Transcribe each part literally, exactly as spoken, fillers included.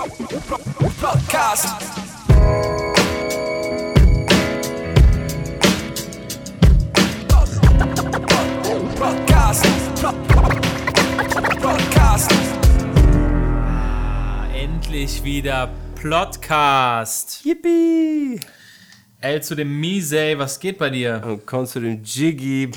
Podcast. Podcast. Podcast. Ah, endlich wieder Plotcast. Yippie! L zu dem Misey, was geht bei dir? Und kommst zu dem Jiggy.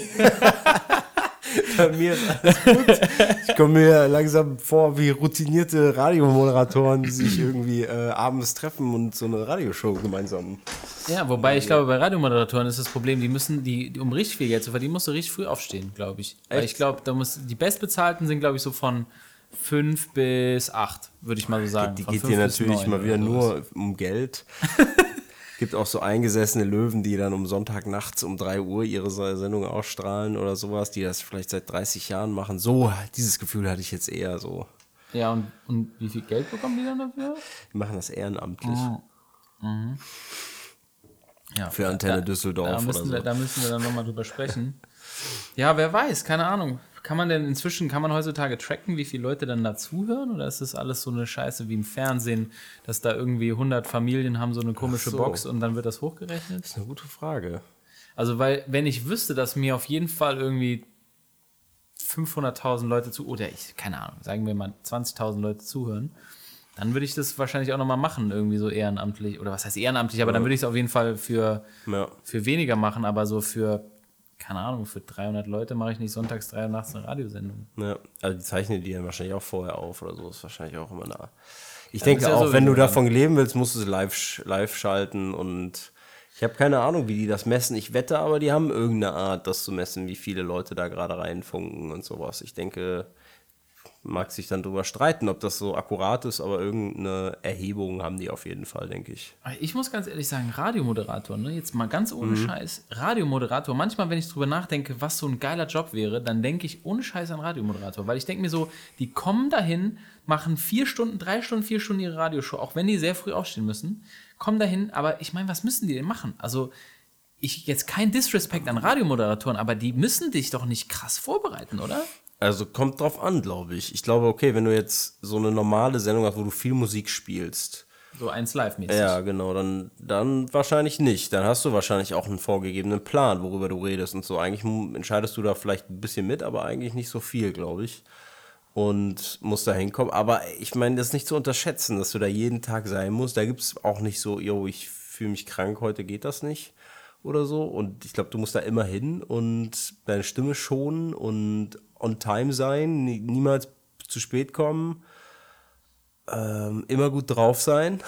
Bei mir ist alles gut. Ich komme mir langsam vor wie routinierte Radiomoderatoren, die sich irgendwie äh, abends treffen und so eine Radioshow gemeinsam. Ja, wobei ich glaube, bei Radiomoderatoren ist das Problem, die müssen, die, die um richtig viel Geld zu verdienen, musst du richtig früh aufstehen, glaube ich. Weil ich glaube, da muss die Bestbezahlten sind, glaube ich, so von fünf bis acht, würde ich mal so sagen. Die Von geht fünf dir bis natürlich neun mal wieder oder nur um Geld. Gibt auch so eingesessene Löwen, die dann um Sonntagnachts um drei Uhr ihre Sendung ausstrahlen oder sowas, die das vielleicht seit dreißig Jahren machen. So, dieses Gefühl hatte ich jetzt eher so. Ja, und, und wie viel Geld bekommen die dann dafür? Die machen das ehrenamtlich. Oh. Mhm. Ja, Für Antenne da, Düsseldorf da müssen oder so. Wir, da müssen wir dann nochmal drüber sprechen. Ja, wer weiß, keine Ahnung. Kann man denn inzwischen, kann man heutzutage tracken, wie viele Leute dann da zuhören? Oder ist das alles so eine Scheiße wie im Fernsehen, dass da irgendwie hundert Familien haben so eine komische so. Box und dann wird das hochgerechnet? Das ist eine gute Frage. Also, weil, wenn ich wüsste, dass mir auf jeden Fall irgendwie fünfhunderttausend Leute zu, oder ich, keine Ahnung, sagen wir mal zwanzigtausend Leute zuhören, dann würde ich das wahrscheinlich auch nochmal machen, irgendwie so ehrenamtlich. Oder was heißt ehrenamtlich, aber ja. Dann würde ich es auf jeden Fall für, ja. für weniger machen, aber so für, keine Ahnung, für dreihundert Leute mache ich nicht sonntags drei Uhr nachts eine Radiosendung. Ja, also die zeichnen die dann wahrscheinlich auch vorher auf oder so, ist wahrscheinlich auch immer nah. Ich ja, denke ja auch, so wenn du dann. davon leben willst, musst du es live, live schalten und ich habe keine Ahnung, wie die das messen. Ich wette aber, die haben irgendeine Art, das zu messen, wie viele Leute da gerade reinfunken und sowas. Ich denke, mag sich dann drüber streiten, ob das so akkurat ist, aber irgendeine Erhebung haben die auf jeden Fall, denke ich. Ich muss ganz ehrlich sagen, Radiomoderator, ne? Jetzt mal ganz ohne Mhm. Scheiß, Radiomoderator, manchmal, wenn ich drüber nachdenke, was so ein geiler Job wäre, dann denke ich ohne Scheiß an Radiomoderator, weil ich denke mir so, die kommen dahin, machen vier Stunden, drei Stunden, vier Stunden ihre Radioshow, auch wenn die sehr früh aufstehen müssen, kommen dahin, aber ich meine, was müssen die denn machen? Also, ich jetzt kein Disrespect an Radiomoderatoren, aber die müssen dich doch nicht krass vorbereiten, oder? Also kommt drauf an, glaube ich. Ich glaube, okay, wenn du jetzt so eine normale Sendung hast, wo du viel Musik spielst. So eins live-mäßig. Ja, genau, dann, dann wahrscheinlich nicht. Dann hast du wahrscheinlich auch einen vorgegebenen Plan, worüber du redest und so. Eigentlich entscheidest du da vielleicht ein bisschen mit, aber eigentlich nicht so viel, glaube ich. Und musst da hinkommen. Aber ich meine, das ist nicht zu unterschätzen, dass du da jeden Tag sein musst. Da gibt es auch nicht so, yo, ich fühle mich krank, heute geht das nicht. Oder so. Und ich glaube, du musst da immer hin und deine Stimme schonen und on time sein, nie, niemals zu spät kommen, ähm, immer gut drauf sein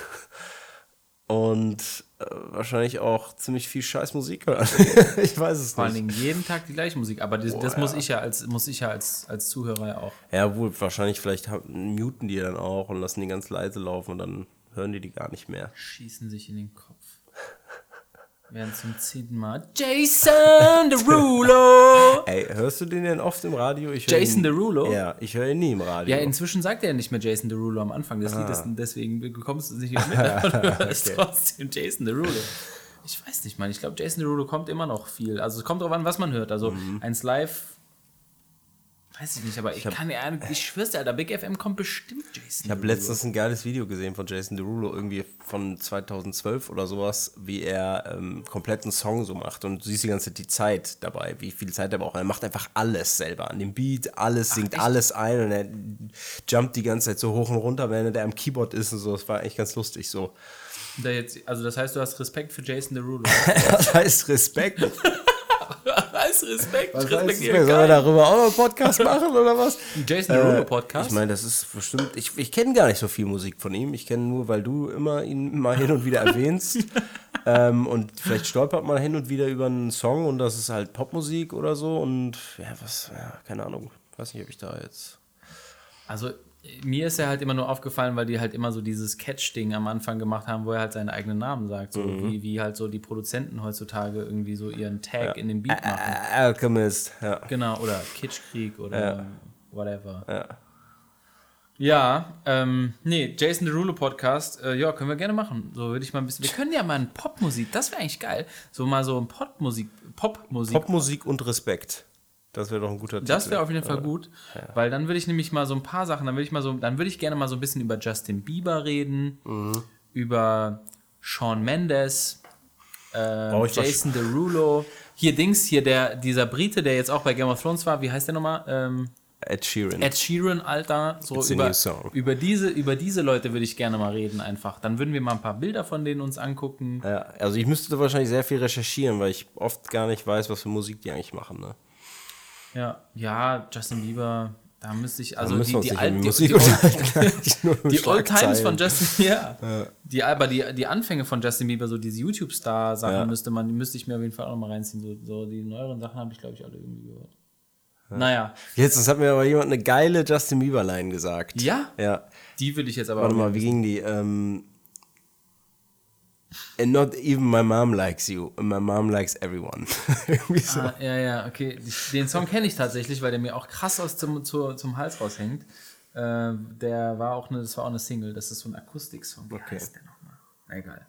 und äh, wahrscheinlich auch ziemlich viel Scheißmusik hören. Ich weiß es Vor nicht. allen Dingen jeden Tag die gleiche Musik, aber das, Boah, das muss ja. ich ja als muss ich ja als, als Zuhörer ja auch. Ja, wohl, wahrscheinlich vielleicht haben, muten die dann auch und lassen die ganz leise laufen und dann hören die die gar nicht mehr. Schießen sich in den Kopf. Werden zum zehnten Mal Jason Derulo. Ey, hörst du den denn oft im Radio? Ich hör Jason ihn, Derulo? Ja, ich höre ihn nie im Radio. Ja, inzwischen sagt er nicht mehr Jason Derulo am Anfang des Liedes, deswegen bekommst du es nicht mehr mit, aber du hörst Okay. trotzdem Jason Derulo. Ich weiß nicht, Mann, ich glaube, Jason Derulo kommt immer noch viel. Also es kommt drauf an, was man hört. Also Mhm. eins live, weiß ich nicht, aber ich, hab- kann ja, ich schwör's dir, Alter, Big F M kommt bestimmt Jason Ich habe letztens ein geiles Video gesehen von Jason Derulo, irgendwie von zweitausendzwölf oder sowas, wie er ähm, komplett einen Song so macht und du siehst die ganze Zeit die Zeit dabei, wie viel Zeit er braucht. Er macht einfach alles selber an dem Beat, alles, singt echt? alles ein und er jumpt die ganze Zeit so hoch und runter, während er am Keyboard ist und so. Das war eigentlich ganz lustig so. Da jetzt, also das heißt, du hast Respekt für Jason Derulo. Das heißt Respekt. Was? Respekt? Was heißt Respektiere Respekt? Sollen wir gar darüber auch noch einen Podcast machen oder was? nicht. Jason Derulo Podcast? Ich meine, das ist bestimmt, ich, ich kenne gar nicht so viel Musik von ihm. Ich kenne nur, weil du immer ihn mal hin und wieder erwähnst. ähm, und vielleicht stolpert man hin und wieder über einen Song und das ist halt Popmusik oder so. Und ja, was, ja, keine Ahnung. Weiß nicht, ob ich da jetzt. Also mir ist er halt immer nur aufgefallen, weil die halt immer so dieses Catch-Ding am Anfang gemacht haben, wo er halt seinen eigenen Namen sagt. So Mhm. wie, wie halt so die Produzenten heutzutage irgendwie so ihren Tag in den Beat machen. Alchemist, ja. Genau, oder Kitschkrieg oder Ja. whatever. Ja. Ja, ähm, nee, Jason Derulo Podcast, äh, ja, können wir gerne machen. So würde ich mal ein bisschen. Wir können ja mal ein Popmusik, das wäre eigentlich geil. So mal so ein Popmusik, Popmusik. Popmusik und Respekt. Das wäre doch ein guter Titel. Das wäre auf jeden Fall gut, ja. Weil dann würde ich nämlich mal so ein paar Sachen, dann würde ich mal so, dann würde ich gerne mal so ein bisschen über Justin Bieber reden, mhm. über Shawn Mendes, äh, Jason Derulo. Hier Dings, hier der, dieser Brite, der jetzt auch bei Game of Thrones war, wie heißt der nochmal? Ähm, Ed Sheeran. Ed Sheeran, Alter. So über, über, diese, über diese Leute würde ich gerne mal reden einfach. Dann würden wir mal ein paar Bilder von denen uns angucken. Ja, also ich müsste wahrscheinlich sehr viel recherchieren, weil ich oft gar nicht weiß, was für Musik die eigentlich machen, ne? Ja, ja, Justin Bieber, da müsste ich, also die, die, die, Al- die, die, die, die Old Times von Justin, ja, ja. Die, aber die, die Anfänge von Justin Bieber, so diese YouTube-Star-Sachen ja. müsste man, die müsste ich mir auf jeden Fall auch noch mal reinziehen. So, so die neueren Sachen habe ich, glaube ich, alle irgendwie gehört. Ja. Naja. Jetzt, das hat mir aber jemand eine geile Justin Bieber-Line gesagt. Ja? Ja. Die will ich jetzt aber Warte mal, wie ging die? Ähm, And not even my mom likes you. And my mom likes everyone. so. ah, ja, ja, okay. Den Song kenne ich tatsächlich, weil der mir auch krass aus zum, zum, zum Hals raushängt. Äh, der war auch eine, das war auch eine Single. Das ist so ein Akustik-Song. Wie okay. heißt der nochmal? Egal.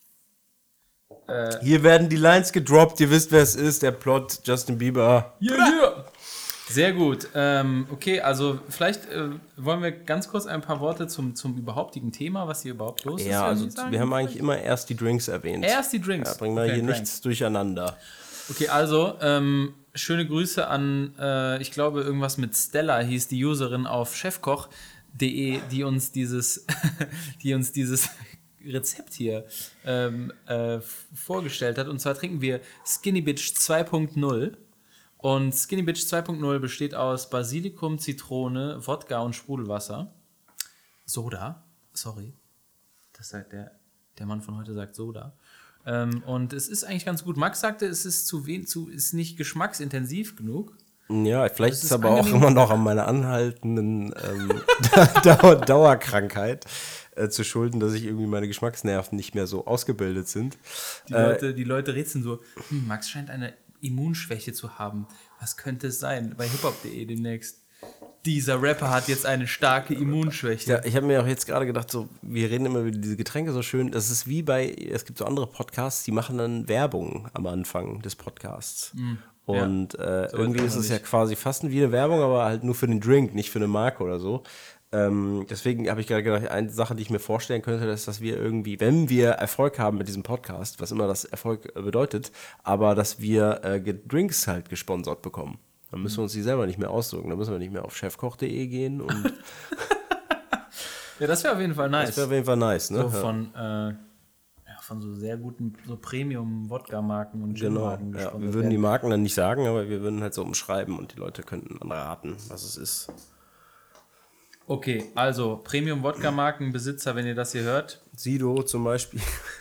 Äh, Hier werden die Lines gedroppt. Ihr wisst, wer es ist. Der Plot, Justin Bieber. Yeah, yeah. Sehr gut. Ähm, okay, also vielleicht äh, wollen wir ganz kurz ein paar Worte zum, zum überhauptigen Thema, was hier überhaupt los ist. Ja, also wir haben eigentlich immer erst die Drinks erwähnt. Erst die Drinks. Ja, bringen wir okay, hier Drinks. Nichts durcheinander. Okay, also ähm, schöne Grüße an, äh, ich glaube irgendwas mit Stella hieß die Userin auf chefkoch punkt de, die uns dieses, die uns dieses Rezept hier ähm, äh, vorgestellt hat. Und zwar trinken wir Skinny Bitch zwei Punkt null. Und Skinny Bitch zwei Punkt null besteht aus Basilikum, Zitrone, Wodka und Sprudelwasser. Soda, sorry. Das sagt der, der Mann von heute sagt Soda. Ähm, und es ist eigentlich ganz gut. Max sagte, es ist zu wen, zu, ist nicht geschmacksintensiv genug. Ja, vielleicht ist es aber angenehm. Auch immer noch an meiner anhaltenden ähm, Dauer, Dauerkrankheit äh, zu schulden, dass ich irgendwie meine Geschmacksnerven nicht mehr so ausgebildet sind. Die Leute, äh, die Leute rätseln so, hm, Max scheint eine Immunschwäche zu haben. Was könnte es sein? Bei hiphop punkt de demnächst. Dieser Rapper hat jetzt eine starke Immunschwäche. Ja, ich habe mir auch jetzt gerade gedacht, so, wir reden immer über diese Getränke so schön. Das ist wie bei, es gibt so andere Podcasts, die machen dann Werbung am Anfang des Podcasts. Mm, Und ja, äh, so irgendwie ist es ja quasi fast wie eine Werbung, aber halt nur für den Drink, nicht für eine Marke oder so. Ähm, deswegen habe ich gerade gedacht, eine Sache, die ich mir vorstellen könnte, ist, dass wir irgendwie, wenn wir Erfolg haben mit diesem Podcast, was immer das Erfolg äh, bedeutet, aber dass wir äh, Drinks halt gesponsert bekommen. Dann müssen wir uns die selber nicht mehr ausdrucken. Dann müssen wir nicht mehr auf chefkoch punkt de gehen. Und ja, das wäre auf jeden Fall nice. Das wäre auf jeden Fall nice, ne? So von, ja. Äh, ja, von so sehr guten so Premium-Wodka-Marken und Gin-Marken. Genau, ja, wir würden die Marken dann nicht sagen, aber wir würden halt so umschreiben und die Leute könnten dann raten, was es ist. Okay, also Premium-Wodka-Markenbesitzer, wenn ihr das hier hört. Sido zum Beispiel.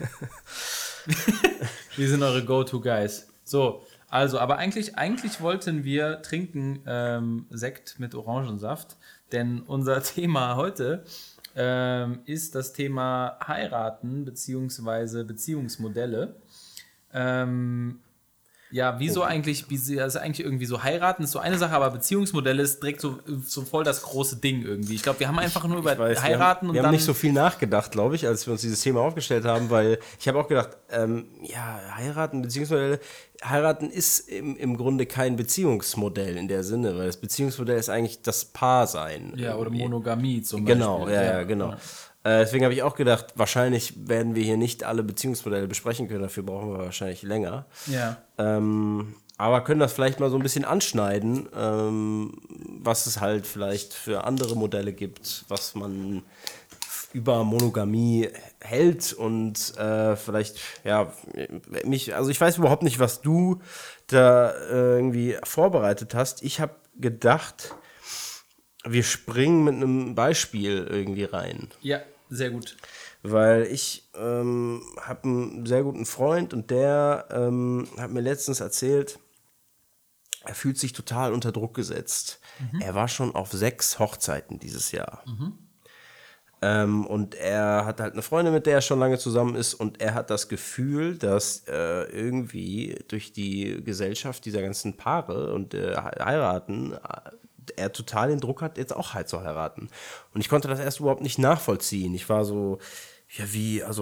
Wir sind eure Go-To-Guys. So, also, aber eigentlich, eigentlich wollten wir trinken ähm, Sekt mit Orangensaft, denn unser Thema heute ähm, ist das Thema Heiraten bzw. Beziehungsmodelle. Ähm, Ja, wieso okay. eigentlich, also eigentlich irgendwie so heiraten ist so eine Sache, aber Beziehungsmodelle ist direkt so, so voll das große Ding irgendwie. Ich glaube, wir haben einfach nur über weiß, heiraten wir haben, und wir dann... Wir haben nicht so viel nachgedacht, glaube ich, als wir uns dieses Thema aufgestellt haben, weil ich habe auch gedacht, ähm, ja, heiraten, Beziehungsmodelle, heiraten ist im, im Grunde kein Beziehungsmodell in der Sinne, weil das Beziehungsmodell ist eigentlich das Paarsein. Ja, irgendwie. Oder Monogamie zum genau, Beispiel. Ja, ja, genau. Ja. Deswegen habe ich auch gedacht, wahrscheinlich werden wir hier nicht alle Beziehungsmodelle besprechen können, dafür brauchen wir wahrscheinlich länger. Ja. Ähm, aber können das vielleicht mal so ein bisschen anschneiden, ähm, was es halt vielleicht für andere Modelle gibt, was man über Monogamie hält und äh, vielleicht, ja, mich, also ich weiß überhaupt nicht, was du da äh, irgendwie vorbereitet hast. Ich habe gedacht, wir springen mit einem Beispiel irgendwie rein. Ja, sehr gut. Weil ich ähm, habe einen sehr guten Freund und der ähm, hat mir letztens erzählt, er fühlt sich total unter Druck gesetzt. Mhm. Er war schon auf sechs Hochzeiten dieses Jahr. Mhm. Ähm, und er hat halt eine Freundin, mit der er schon lange zusammen ist und er hat das Gefühl, dass äh, irgendwie durch die Gesellschaft dieser ganzen Paare und äh, heiraten er total den Druck hat, jetzt auch halt zu heiraten. Und ich konnte das erst überhaupt nicht nachvollziehen. Ich war so, ja wie, also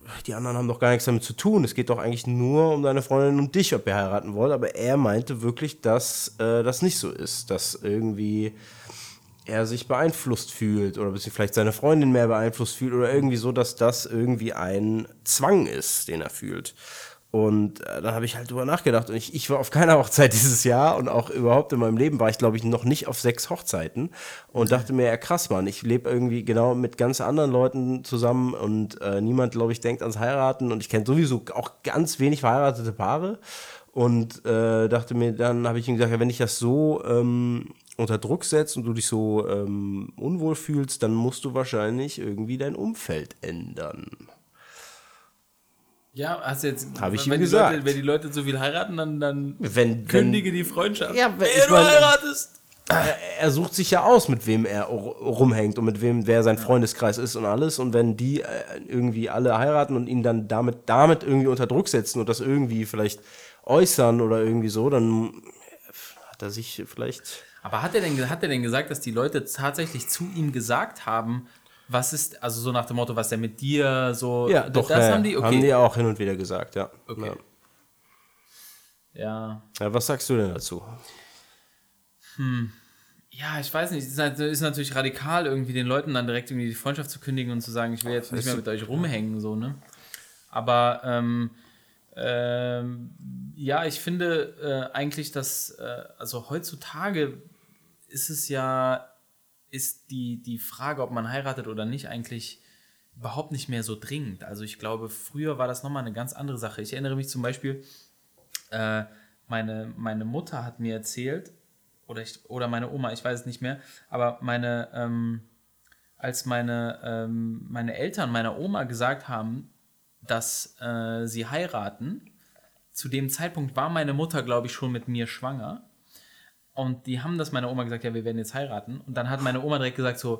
die anderen haben doch gar nichts damit zu tun. Es geht doch eigentlich nur um deine Freundin und dich, ob ihr heiraten wollt. Aber er meinte wirklich, dass äh, das nicht so ist. Dass irgendwie er sich beeinflusst fühlt oder bis vielleicht seine Freundin mehr beeinflusst fühlt oder irgendwie so, dass das irgendwie ein Zwang ist, den er fühlt. Und äh, dann habe ich halt drüber nachgedacht und ich, ich war auf keiner Hochzeit dieses Jahr und auch überhaupt in meinem Leben war ich, glaube ich, noch nicht auf sechs Hochzeiten und dachte mir, ja krass, Mann, ich lebe irgendwie genau mit ganz anderen Leuten zusammen und äh, niemand, glaube ich, denkt ans Heiraten und ich kenne sowieso auch ganz wenig verheiratete Paare und äh, dachte mir, dann habe ich ihm gesagt, ja, wenn ich das so ähm, unter Druck setzt und du dich so ähm, unwohl fühlst, dann musst du wahrscheinlich irgendwie dein Umfeld ändern. Ja, hast du jetzt, Hab ich wenn, ihm die gesagt. Leute, wenn die Leute so viel heiraten, dann, dann Wenn- kündige wenn- die Freundschaft. Ja, wenn- Ehe ich du meine- heiratest. Er, er sucht sich ja aus, mit wem er rumhängt und mit wem wer sein Freundeskreis ist und alles. Und wenn die äh, irgendwie alle heiraten und ihn dann damit, damit irgendwie unter Druck setzen und das irgendwie vielleicht äußern oder irgendwie so, dann hat er sich vielleicht... Aber hat er denn, hat er denn gesagt, dass die Leute tatsächlich zu ihm gesagt haben, was ist, also so nach dem Motto, was er mit dir so... Ja, das doch, das ja, haben die, okay. haben die auch hin und wieder gesagt, ja. Okay. Ja. Ja. Ja, was sagst du denn dazu? Ja, ich weiß nicht, es ist, halt, ist natürlich radikal, irgendwie den Leuten dann direkt irgendwie die Freundschaft zu kündigen und zu sagen, ich will jetzt nicht mehr mit euch rumhängen, so, ne? Aber, ähm, ähm, ja, ich finde äh, eigentlich, dass, äh, also heutzutage ist es ja, ist die, die Frage, ob man heiratet oder nicht, eigentlich überhaupt nicht mehr so dringend. Also ich glaube, früher war das nochmal eine ganz andere Sache. Ich erinnere mich zum Beispiel, äh, meine, meine Mutter hat mir erzählt, oder, ich, oder meine Oma, ich weiß es nicht mehr, aber meine, ähm, als meine, ähm, meine Eltern meiner Oma gesagt haben, dass äh, sie heiraten, zu dem Zeitpunkt war meine Mutter, glaube ich, schon mit mir schwanger. Und die haben das meiner Oma gesagt, ja, wir werden jetzt heiraten. Und dann hat meine Oma direkt gesagt so,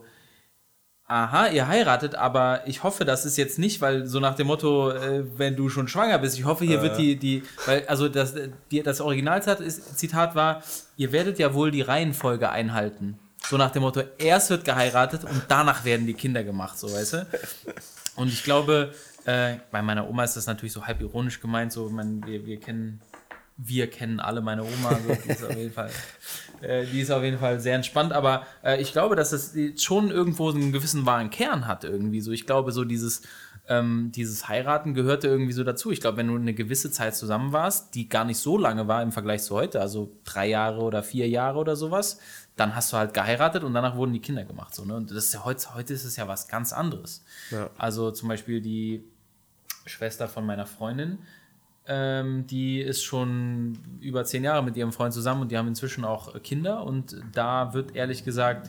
aha, ihr heiratet, aber ich hoffe, das ist jetzt nicht, weil so nach dem Motto, äh, wenn du schon schwanger bist, ich hoffe, hier äh. wird die, die, weil, also das, die, das Originalzitat war, ihr werdet ja wohl die Reihenfolge einhalten. So nach dem Motto, erst wird geheiratet und danach werden die Kinder gemacht, so, weißt du? Und ich glaube, äh, bei meiner Oma ist das natürlich so halb ironisch gemeint, so, man, wir, wir kennen... Wir kennen alle meine Oma, so, die, ist auf jeden Fall, äh, die ist auf jeden Fall sehr entspannt, aber äh, ich glaube, dass es schon irgendwo einen gewissen wahren Kern hat irgendwie so. Ich glaube, so dieses, ähm, dieses Heiraten gehörte irgendwie so dazu. Ich glaube, wenn du eine gewisse Zeit zusammen warst, die gar nicht so lange war im Vergleich zu heute, also drei Jahre oder vier Jahre oder sowas, dann hast du halt geheiratet und danach wurden die Kinder gemacht. So, ne? Und das ist ja heute, heute ist es ja was ganz anderes. Ja. Also zum Beispiel die Schwester von meiner Freundin, Ähm, die ist schon über zehn Jahre mit ihrem Freund zusammen und die haben inzwischen auch Kinder und da wird ehrlich gesagt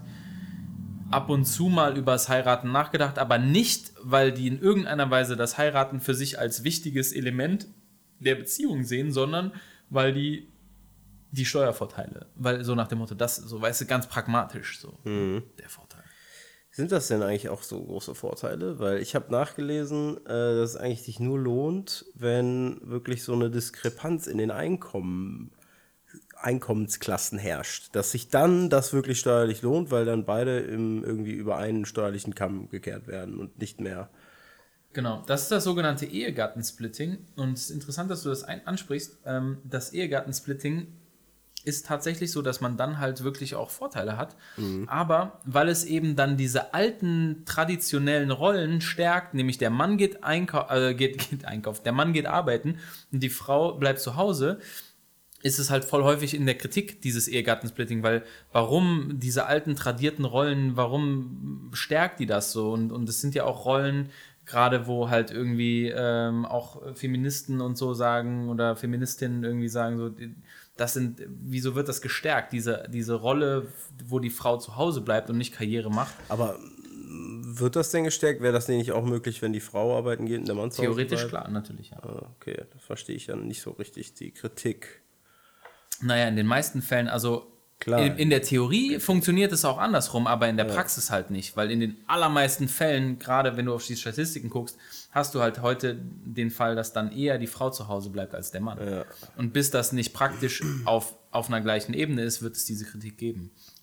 ab und zu mal über das Heiraten nachgedacht, aber nicht, weil die in irgendeiner Weise das Heiraten für sich als wichtiges Element der Beziehung sehen, sondern weil die die Steuervorteile, weil so nach dem Motto, das, so weißt du, ganz pragmatisch so mhm. der Vorteil. Sind das denn eigentlich auch so große Vorteile? Weil ich habe nachgelesen, äh, dass es eigentlich sich nur lohnt, wenn wirklich so eine Diskrepanz in den Einkommen, Einkommensklassen herrscht. Dass sich dann das wirklich steuerlich lohnt, weil dann beide im, irgendwie über einen steuerlichen Kamm gekehrt werden und nicht mehr. Genau, das ist das sogenannte Ehegattensplitting. Und es ist interessant, dass du das ein- ansprichst. Ähm, das Ehegattensplitting ist tatsächlich so, dass man dann halt wirklich auch Vorteile hat. Mhm. Aber weil es eben dann diese alten traditionellen Rollen stärkt, nämlich der Mann geht, einkau- äh, geht, geht einkaufen, der Mann geht arbeiten und die Frau bleibt zu Hause, ist es halt voll häufig in der Kritik, dieses Ehegattensplitting, weil warum diese alten tradierten Rollen, warum stärkt die das so? Und, und es sind ja auch Rollen, gerade wo halt irgendwie ähm, auch Feministen und so sagen oder Feministinnen irgendwie sagen, so, das sind, wieso wird das gestärkt, diese, diese Rolle, wo die Frau zu Hause bleibt und nicht Karriere macht. Aber wird das denn gestärkt? Wäre das denn nicht auch möglich, wenn die Frau arbeiten geht und der Mann zu Hause bleibt? Theoretisch klar, natürlich, ja. Ah, okay, das verstehe ich dann nicht so richtig, die Kritik. Naja, in den meisten Fällen, also Klar. In, in der Theorie funktioniert es auch andersrum, aber in der ja. Praxis halt nicht, weil in den allermeisten Fällen, gerade wenn du auf die Statistiken guckst, hast du halt heute den Fall, dass dann eher die Frau zu Hause bleibt als der Mann. Ja. Und bis das nicht praktisch auf, auf einer gleichen Ebene ist, wird es diese Kritik geben.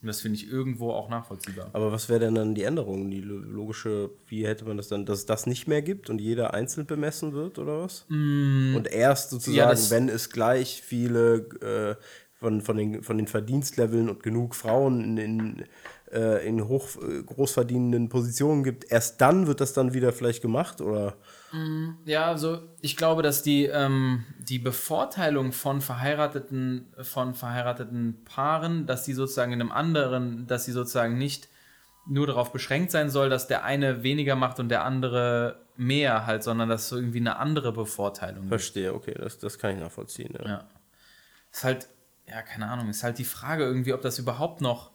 Und das finde ich irgendwo auch nachvollziehbar. Aber was wäre denn dann die Änderung? Die lo- logische, wie hätte man das dann, dass es das nicht mehr gibt und jeder einzeln bemessen wird oder was? Mm, und erst sozusagen, ja, das- wenn es gleich viele äh, von, von, den, von den Verdienstleveln und genug Frauen in, in, äh, in hoch äh, großverdienenden Positionen gibt, erst dann wird das dann wieder vielleicht gemacht oder? Ja, also ich glaube, dass die, ähm, die Bevorteilung von verheirateten, von verheirateten Paaren, dass die sozusagen in einem anderen, dass sie sozusagen nicht nur darauf beschränkt sein soll, dass der eine weniger macht und der andere mehr halt, sondern dass es so irgendwie eine andere Bevorteilung gibt. Verstehe, okay, das, das kann ich nachvollziehen. Ja. Ja. Ist halt, ja, keine Ahnung, ist halt die Frage irgendwie, ob das überhaupt noch.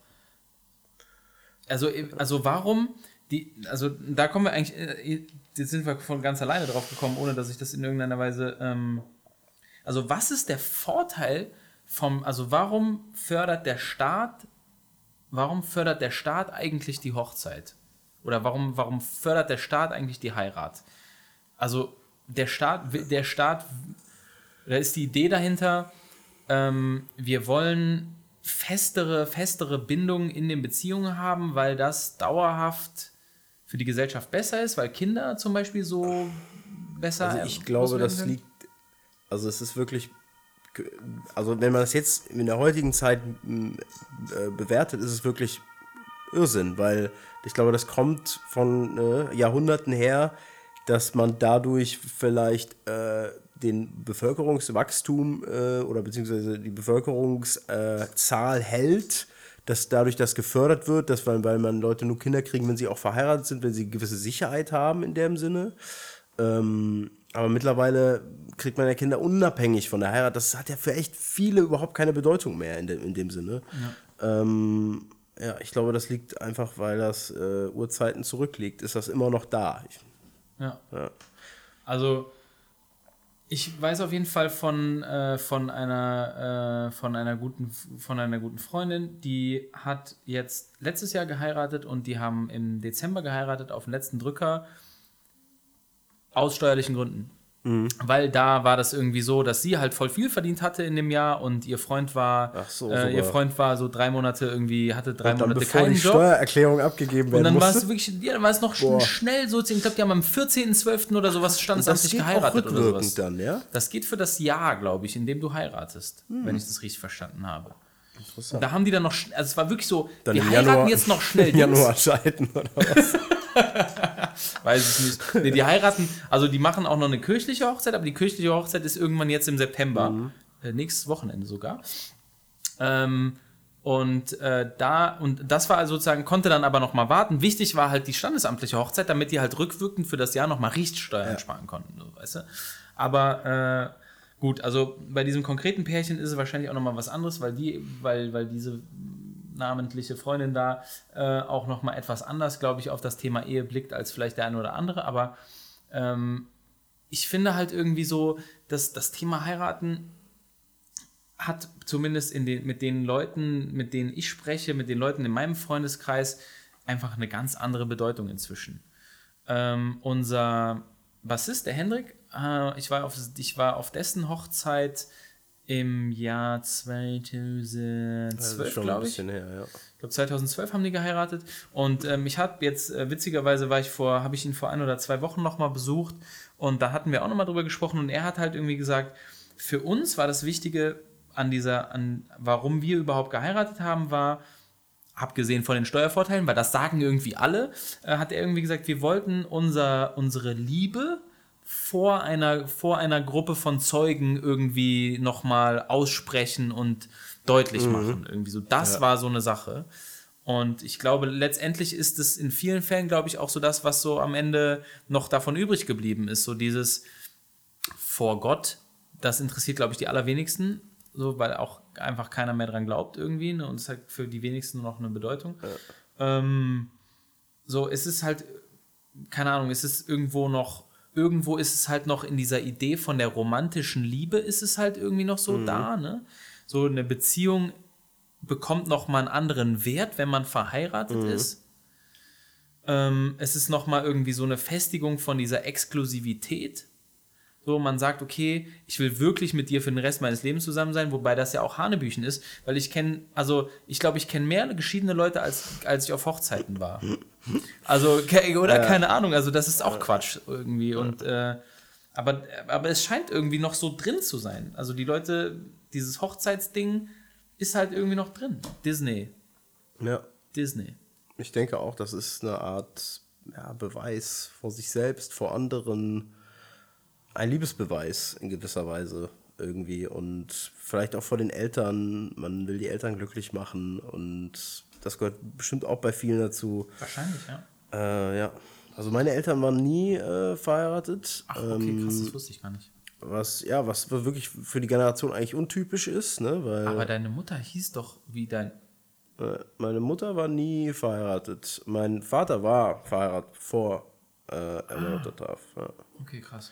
Also, also warum die, also da kommen wir eigentlich, äh, jetzt sind wir von ganz alleine drauf gekommen, ohne dass ich das in irgendeiner Weise, ähm, also was ist der Vorteil vom, also warum fördert der Staat, warum fördert der Staat eigentlich die Hochzeit? Oder warum, warum fördert der Staat eigentlich die Heirat? Also der Staat, der Staat, da ist die Idee dahinter, ähm, wir wollen festere, festere Bindungen in den Beziehungen haben, weil das dauerhaft für die Gesellschaft besser ist, weil Kinder zum Beispiel so besser. Also ich glaube, das liegt, also es ist wirklich, also wenn man das jetzt in der heutigen Zeit äh, bewertet, ist es wirklich Irrsinn, weil ich glaube, das kommt von äh, Jahrhunderten her, dass man dadurch vielleicht äh, den Bevölkerungswachstum äh, oder beziehungsweise die Bevölkerungszahl äh, hält, dass dadurch das gefördert wird, dass weil, weil man Leute nur Kinder kriegen, wenn sie auch verheiratet sind, wenn sie eine gewisse Sicherheit haben in dem Sinne. Ähm, aber mittlerweile kriegt man ja Kinder unabhängig von der Heirat. Das hat ja für echt viele überhaupt keine Bedeutung mehr in, de, in dem Sinne. Ja. Ähm, ja, ich glaube, das liegt einfach, weil das äh, Urzeiten zurückliegt, ist das immer noch da. Ich, ja. ja. Also ich weiß auf jeden Fall von, äh, von, einer, äh, von, einer guten, von einer guten Freundin, die hat jetzt letztes Jahr geheiratet und die haben im Dezember geheiratet auf den letzten Drücker aus steuerlichen Gründen. Mhm. Weil da war das irgendwie so, dass sie halt voll viel verdient hatte in dem Jahr und ihr Freund war, Ach so, äh, ihr Freund war so drei Monate irgendwie, hatte drei und dann, Monate bevor keinen die Job. Steuererklärung abgegeben werden und dann musste. war es wirklich, ja, dann war es noch Boah. schnell so, ich glaube, die haben am vierzehnten zwölften oder sowas standesamtlich geheiratet oder sowas. Dann, ja? Das geht für das Jahr, glaube ich, in dem du heiratest, hm. wenn ich das richtig verstanden habe. Und da haben die dann noch, also es war wirklich so, dann wir heiraten Januar, jetzt noch schnell. Im Januar scheiden oder was? Weiß ich nicht. Nee, die heiraten, also die machen auch noch eine kirchliche Hochzeit, aber die kirchliche Hochzeit ist irgendwann jetzt im September. Mhm. Äh, nächstes Wochenende sogar. Ähm, und äh, da, und das war also sozusagen, konnte dann aber noch mal warten. Wichtig war halt die standesamtliche Hochzeit, damit die halt rückwirkend für das Jahr noch mal Richtsteuern ja. sparen konnten, so, weißt du? Aber äh, gut, also bei diesem konkreten Pärchen ist es wahrscheinlich auch noch mal was anderes, weil die, weil, weil diese namentliche Freundin da äh, auch noch mal etwas anders, glaube ich, auf das Thema Ehe blickt als vielleicht der eine oder andere, aber ähm, ich finde halt irgendwie so, dass das Thema Heiraten hat zumindest in den, mit den Leuten, mit denen ich spreche, mit den Leuten in meinem Freundeskreis einfach eine ganz andere Bedeutung inzwischen. Ähm, unser Bassist, der Hendrik, äh, ich war auf, ich war auf dessen Hochzeit im Jahr zweitausendzwölf, glaube ich. Her, ja. Ich glaube, zweitausendzwölf haben die geheiratet. Und ähm, ich habe jetzt, äh, witzigerweise war ich vor, habe ich ihn vor ein oder zwei Wochen nochmal besucht und da hatten wir auch nochmal drüber gesprochen und er hat halt irgendwie gesagt, für uns war das Wichtige an dieser, an warum wir überhaupt geheiratet haben, war, abgesehen von den Steuervorteilen, weil das sagen irgendwie alle, äh, hat er irgendwie gesagt, wir wollten unser, unsere Liebe vor einer, vor einer Gruppe von Zeugen irgendwie nochmal aussprechen und deutlich mhm. machen. Irgendwie so. Das ja. war so eine Sache. Und ich glaube, letztendlich ist es in vielen Fällen, glaube ich, auch so das, was so am Ende noch davon übrig geblieben ist. So dieses vor Gott, das interessiert, glaube ich, die allerwenigsten, so, weil auch einfach keiner mehr dran glaubt irgendwie. Ne? Und es hat für die wenigsten noch eine Bedeutung. Ja. Ähm, so, es ist halt, keine Ahnung, es ist irgendwo noch Irgendwo ist es halt noch in dieser Idee von der romantischen Liebe ist es halt irgendwie noch so mhm. da, ne? So eine Beziehung bekommt noch mal einen anderen Wert, wenn man verheiratet mhm. ist. Ähm, es ist noch mal irgendwie so eine Festigung von dieser Exklusivität. So, man sagt, okay, ich will wirklich mit dir für den Rest meines Lebens zusammen sein, wobei das ja auch Hanebüchen ist, weil ich kenne, also ich glaube, ich kenne mehr geschiedene Leute, als, als ich auf Hochzeiten war. Also, ke- oder Ja. keine Ahnung, also das ist auch Quatsch irgendwie. Und äh, aber, aber es scheint irgendwie noch so drin zu sein. Also die Leute, dieses Hochzeitsding ist halt irgendwie noch drin. Disney. Ja. Disney. Ich denke auch, das ist eine Art ja, Beweis vor sich selbst, vor anderen. Ein Liebesbeweis in gewisser Weise irgendwie. Und vielleicht auch vor den Eltern. Man will die Eltern glücklich machen. Und das gehört bestimmt auch bei vielen dazu. Wahrscheinlich, ja. Äh, ja. Also meine Eltern waren nie äh, verheiratet. Ach, okay, krass, das wusste ich gar nicht. Was, ja, was wirklich für die Generation eigentlich untypisch ist, ne? Weil Aber deine Mutter hieß doch wie dein... äh, meine Mutter war nie verheiratet. Mein Vater war verheiratet, bevor äh, er meine Mutter traf. Ja. Okay, krass.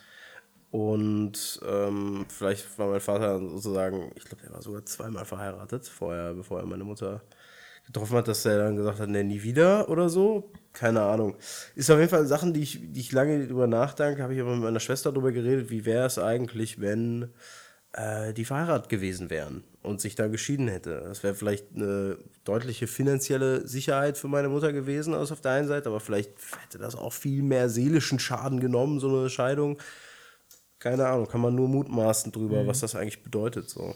Und ähm, vielleicht war mein Vater sozusagen, ich glaube, er war sogar zweimal verheiratet, vorher, bevor er meine Mutter getroffen hat, dass er dann gesagt hat, ne, nie wieder oder so. Keine Ahnung. Ist auf jeden Fall Sachen, die ich, die ich lange drüber nachdenke, habe ich aber mit meiner Schwester drüber geredet, wie wäre es eigentlich, wenn äh, die verheiratet gewesen wären und sich da geschieden hätte. Das wäre vielleicht eine deutliche finanzielle Sicherheit für meine Mutter gewesen, also auf der einen Seite, aber vielleicht hätte das auch viel mehr seelischen Schaden genommen, so eine Scheidung. Keine Ahnung, kann man nur mutmaßen drüber, mhm. was das eigentlich bedeutet, so.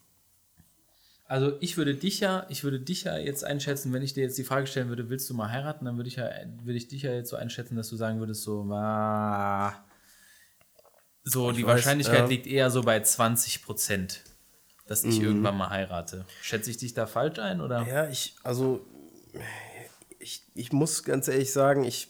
Also ich würde dich ja, ich würde dich ja jetzt einschätzen, wenn ich dir jetzt die Frage stellen würde, willst du mal heiraten, dann würde ich ja, würde ich dich ja jetzt so einschätzen, dass du sagen würdest, so, ah, so ich die weiß, Wahrscheinlichkeit ja. liegt eher so bei zwanzig Prozent, dass ich Mhm. irgendwann mal heirate. Schätze ich dich da falsch ein, oder? Ja, ich, also, ich, ich muss ganz ehrlich sagen, ich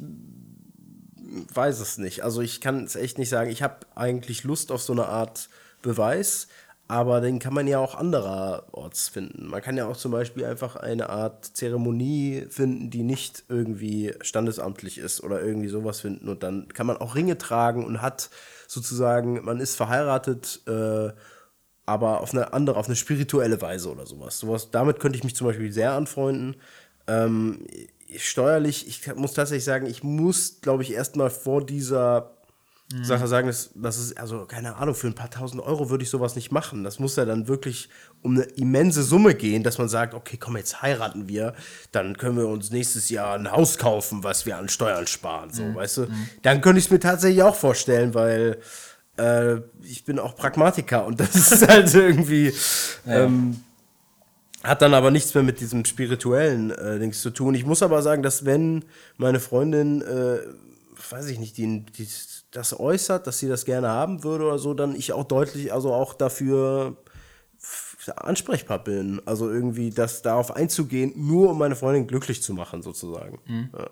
weiß es nicht. Also ich kann es echt nicht sagen. Ich habe eigentlich Lust auf so eine Art Beweis, aber den kann man ja auch andererorts finden. Man kann ja auch zum Beispiel einfach eine Art Zeremonie finden, die nicht irgendwie standesamtlich ist oder irgendwie sowas finden. Und dann kann man auch Ringe tragen und hat sozusagen, man ist verheiratet, äh, aber auf eine andere, auf eine spirituelle Weise oder sowas. sowas. Damit könnte ich mich zum Beispiel sehr anfreunden. Ähm, steuerlich, ich muss tatsächlich sagen, ich muss, glaube ich, erstmal vor dieser mhm. Sache sagen, dass, das ist, also keine Ahnung, für ein paar tausend Euro würde ich sowas nicht machen. Das muss ja dann wirklich um eine immense Summe gehen, dass man sagt, okay, komm, jetzt heiraten wir, dann können wir uns nächstes Jahr ein Haus kaufen, was wir an Steuern sparen, so, mhm. weißt du? Mhm. Dann könnte ich es mir tatsächlich auch vorstellen, weil äh, ich bin auch Pragmatiker und das ist halt irgendwie ja. ähm, hat dann aber nichts mehr mit diesem spirituellen äh, Dings zu tun. Ich muss aber sagen, dass wenn meine Freundin, äh, weiß ich nicht, die, die das äußert, dass sie das gerne haben würde oder so, dann ich auch deutlich, also auch dafür f- ansprechbar bin. Also irgendwie das darauf einzugehen, nur um meine Freundin glücklich zu machen, sozusagen. Mhm. Ja.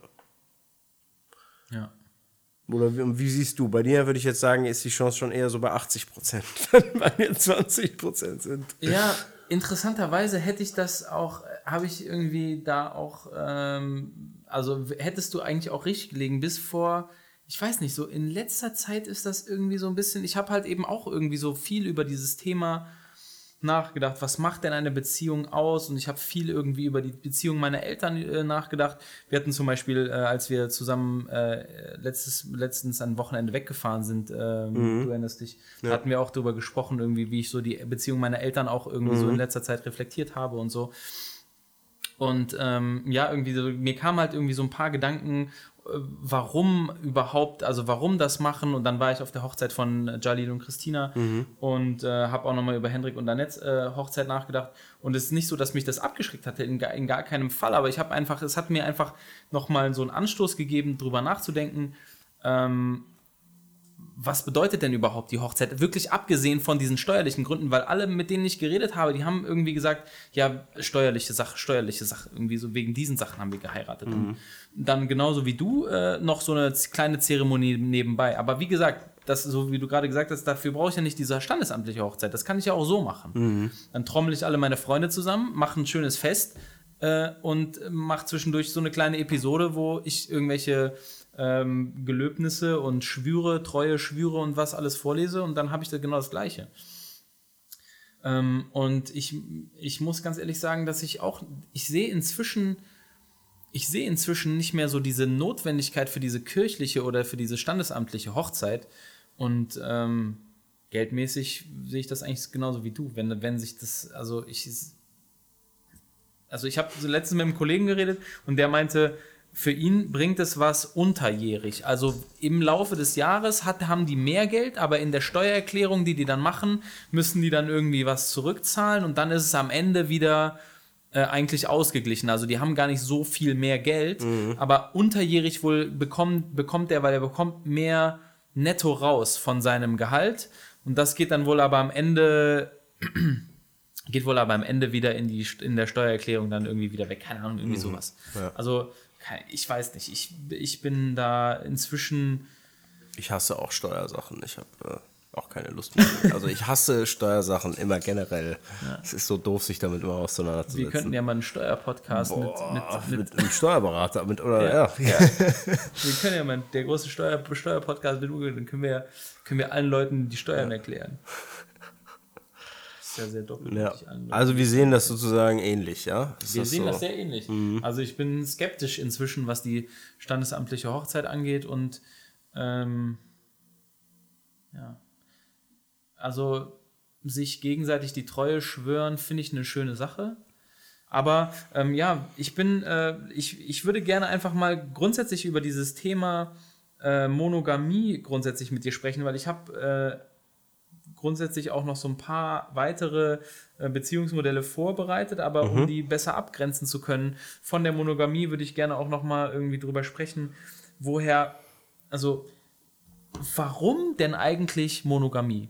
Ja. Oder wie, wie siehst du? Bei dir würde ich jetzt sagen, ist die Chance schon eher so bei achtzig Prozent, wenn bei mir zwanzig Prozent sind. Ja, interessanterweise hätte ich das auch, habe ich irgendwie da auch, ähm, also hättest du eigentlich auch richtig gelegen, bis vor, ich weiß nicht, so in letzter Zeit ist das irgendwie so ein bisschen, ich habe halt eben auch irgendwie so viel über dieses Thema nachgedacht, was macht denn eine Beziehung aus, und ich habe viel irgendwie über die Beziehung meiner Eltern äh, nachgedacht. Wir hatten zum Beispiel, äh, als wir zusammen äh, letztes, letztens ein Wochenende weggefahren sind, ähm, Mhm. du erinnerst dich, Ja. hatten wir auch darüber gesprochen, irgendwie, wie ich so die Beziehung meiner Eltern auch irgendwie Mhm. so in letzter Zeit reflektiert habe und so. Und ähm, ja, irgendwie so, mir kamen halt irgendwie so ein paar Gedanken, äh, warum überhaupt, also warum das machen. Und dann war ich auf der Hochzeit von Jalil und Christina Mhm. und äh, habe auch nochmal über Hendrik und Danettes äh, Hochzeit nachgedacht. Und es ist nicht so, dass mich das abgeschreckt hatte, in gar, in gar keinem Fall. Aber ich habe einfach, es hat mir einfach nochmal so einen Anstoß gegeben, drüber nachzudenken, ähm, was bedeutet denn überhaupt die Hochzeit? Wirklich abgesehen von diesen steuerlichen Gründen, weil alle, mit denen ich geredet habe, die haben irgendwie gesagt, ja, steuerliche Sache, steuerliche Sache, irgendwie so wegen diesen Sachen haben wir geheiratet. Mhm. Und dann genauso wie du äh, noch so eine z- kleine Zeremonie nebenbei. Aber wie gesagt, das, so wie du gerade gesagt hast, dafür brauche ich ja nicht diese standesamtliche Hochzeit. Das kann ich ja auch so machen. Mhm. Dann trommel ich alle meine Freunde zusammen, mache ein schönes Fest äh, und mache zwischendurch so eine kleine Episode, wo ich irgendwelche ähm, Gelöbnisse und Schwüre, treue Schwüre und was alles vorlese, und dann habe ich da genau das Gleiche. Ähm, und ich, ich muss ganz ehrlich sagen, dass ich auch, ich sehe inzwischen, ich sehe inzwischen nicht mehr so diese Notwendigkeit für diese kirchliche oder für diese standesamtliche Hochzeit. Und ähm, geldmäßig sehe ich das eigentlich genauso wie du. Wenn, wenn sich das, also ich, also ich habe so letztens mit einem Kollegen geredet und der meinte, für ihn bringt es was unterjährig. Also im Laufe des Jahres hat, haben die mehr Geld, aber in der Steuererklärung, die die dann machen, müssen die dann irgendwie was zurückzahlen und dann ist es am Ende wieder äh, eigentlich ausgeglichen. Also die haben gar nicht so viel mehr Geld, mhm. aber unterjährig wohl bekommt, bekommt er, weil er bekommt mehr netto raus von seinem Gehalt und das geht dann wohl aber am Ende... geht wohl aber am Ende wieder in, die, in der Steuererklärung dann irgendwie wieder weg. Keine Ahnung, irgendwie mhm. sowas. Ja. Also ich weiß nicht, ich, ich bin da inzwischen... Ich hasse auch Steuersachen, ich habe äh, auch keine Lust mehr. Also ich hasse Steuersachen immer generell. Ja. Es ist so doof, sich damit immer auseinanderzusetzen. Wir könnten ja mal einen Steuerpodcast mit, mit, mit, mit einem Steuerberater, mit, oder ja. ja. ja. Wir können ja mal, der große Steuer, Steuerpodcast mit Google, dann können wir, können wir allen Leuten die Steuern ja. erklären. Ja sehr doppelbödig ja. Also wir sehen das sozusagen ähnlich, ja? Ist wir das sehen so? das sehr ähnlich. Mhm. Also ich bin skeptisch inzwischen, was die standesamtliche Hochzeit angeht und ähm, ja, also sich gegenseitig die Treue schwören, finde ich eine schöne Sache. Aber ähm, ja, ich bin, äh, ich, ich würde gerne einfach mal grundsätzlich über dieses Thema äh, Monogamie grundsätzlich mit dir sprechen, weil ich habe äh, grundsätzlich auch noch so ein paar weitere äh, Beziehungsmodelle vorbereitet, aber mhm. um die besser abgrenzen zu können von der Monogamie, würde ich gerne auch noch mal irgendwie drüber sprechen, woher, also warum denn eigentlich Monogamie?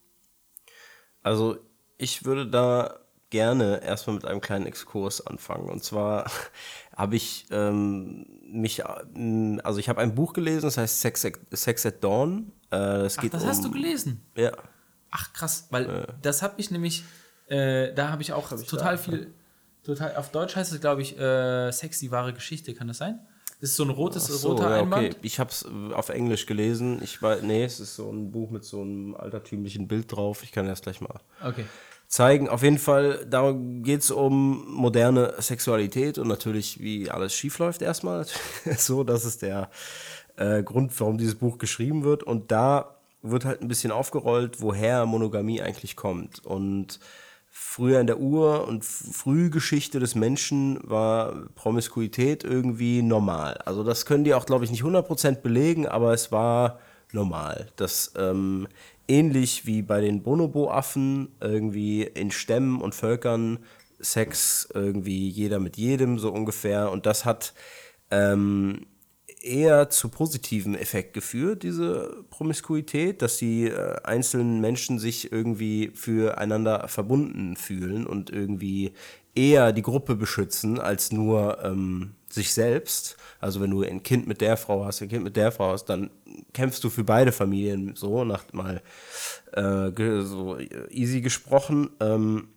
Also ich würde da gerne erstmal mit einem kleinen Exkurs anfangen. Und zwar habe ich ähm, mich, also ich habe ein Buch gelesen, das heißt Sex at, Sex at Dawn. Äh, es Ach, geht das um, hast du gelesen? Ja. Ach krass, weil äh. das habe ich nämlich, äh, da habe ich auch hab ich total da, viel, ja. total, auf Deutsch heißt es, glaube ich, äh, Sex, die wahre Geschichte, kann das sein? Das ist so ein rotes, so, roter ja, Einband. Okay. Ich habe es auf Englisch gelesen. Ich weiß, nee, es ist so ein Buch mit so einem altertümlichen Bild drauf. Ich kann das gleich mal okay. zeigen. Auf jeden Fall, da geht es um moderne Sexualität und natürlich, wie alles schief läuft erstmal. So, das ist der äh, Grund, warum dieses Buch geschrieben wird. Und da wird halt ein bisschen aufgerollt, woher Monogamie eigentlich kommt. Und früher in der Ur- und Frühgeschichte des Menschen war Promiskuität irgendwie normal. Also das können die auch, glaube ich, nicht hundert Prozent belegen, aber es war normal. Das ähm, ähnlich wie bei den Bonobo-Affen irgendwie in Stämmen und Völkern Sex irgendwie jeder mit jedem so ungefähr. Und das hat ähm, eher zu positiven Effekt geführt, diese Promiskuität, dass die äh, einzelnen Menschen sich irgendwie füreinander verbunden fühlen und irgendwie eher die Gruppe beschützen, als nur ähm, sich selbst. Also wenn du ein Kind mit der Frau hast, ein Kind mit der Frau hast, dann kämpfst du für beide Familien, so, nach mal äh, ge- so easy gesprochen. Ähm,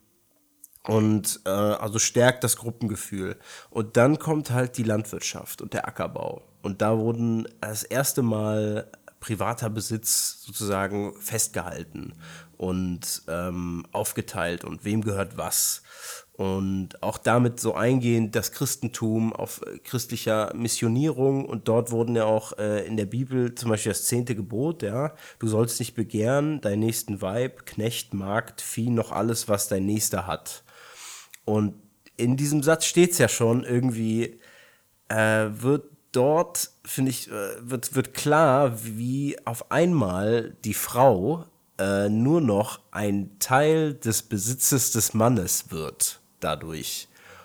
Und äh, also stärkt das Gruppengefühl. Und dann kommt halt die Landwirtschaft und der Ackerbau. Und da wurden das erste Mal privater Besitz sozusagen festgehalten und ähm, aufgeteilt und wem gehört was. Und auch damit so eingehend das Christentum auf äh, christlicher Missionierung. Und dort wurden ja auch äh, in der Bibel zum Beispiel das zehnte Gebot, ja, du sollst nicht begehren, deinen nächsten Weib, Knecht, Magd, Vieh, noch alles, was dein Nächster hat. Und in diesem Satz steht es ja schon irgendwie, äh, wird dort, finde ich, äh, wird, wird klar, wie auf einmal die Frau äh, nur noch ein Teil des Besitzes des Mannes wird dadurch.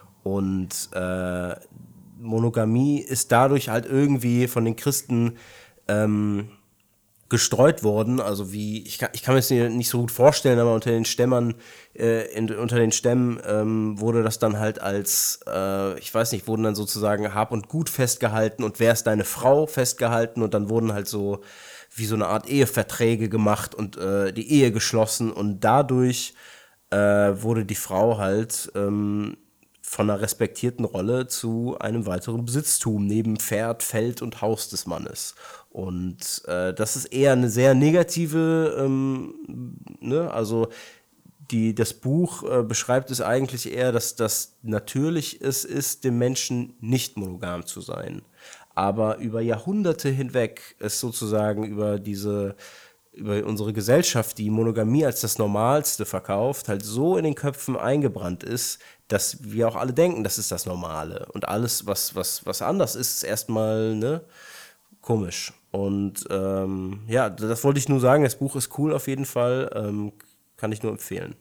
Und äh, Monogamie ist dadurch halt irgendwie von den Christen ähm, gestreut worden, also wie, ich kann, ich kann mir das nicht so gut vorstellen, aber unter den Stämmern, äh, in, unter den Stämmen ähm, wurde das dann halt als, äh, ich weiß nicht, wurden dann sozusagen Hab und Gut festgehalten und wer ist deine Frau festgehalten und dann wurden halt so wie so eine Art Eheverträge gemacht und äh, die Ehe geschlossen und dadurch äh, wurde die Frau halt ähm, von einer respektierten Rolle zu einem weiteren Besitztum neben Pferd, Feld und Haus des Mannes. Und äh, das ist eher eine sehr negative, ähm, ne, also die, das Buch äh, beschreibt es eigentlich eher, dass das natürlich es ist, dem Menschen nicht monogam zu sein. Aber über Jahrhunderte hinweg es sozusagen über diese über unsere Gesellschaft, die Monogamie als das Normalste verkauft, halt so in den Köpfen eingebrannt ist, dass wir auch alle denken, das ist das Normale. Und alles, was, was, was anders ist, ist erstmal, ne, komisch. Und ähm, ja, das wollte ich nur sagen. Das Buch ist cool auf jeden Fall. Ähm, kann ich nur empfehlen.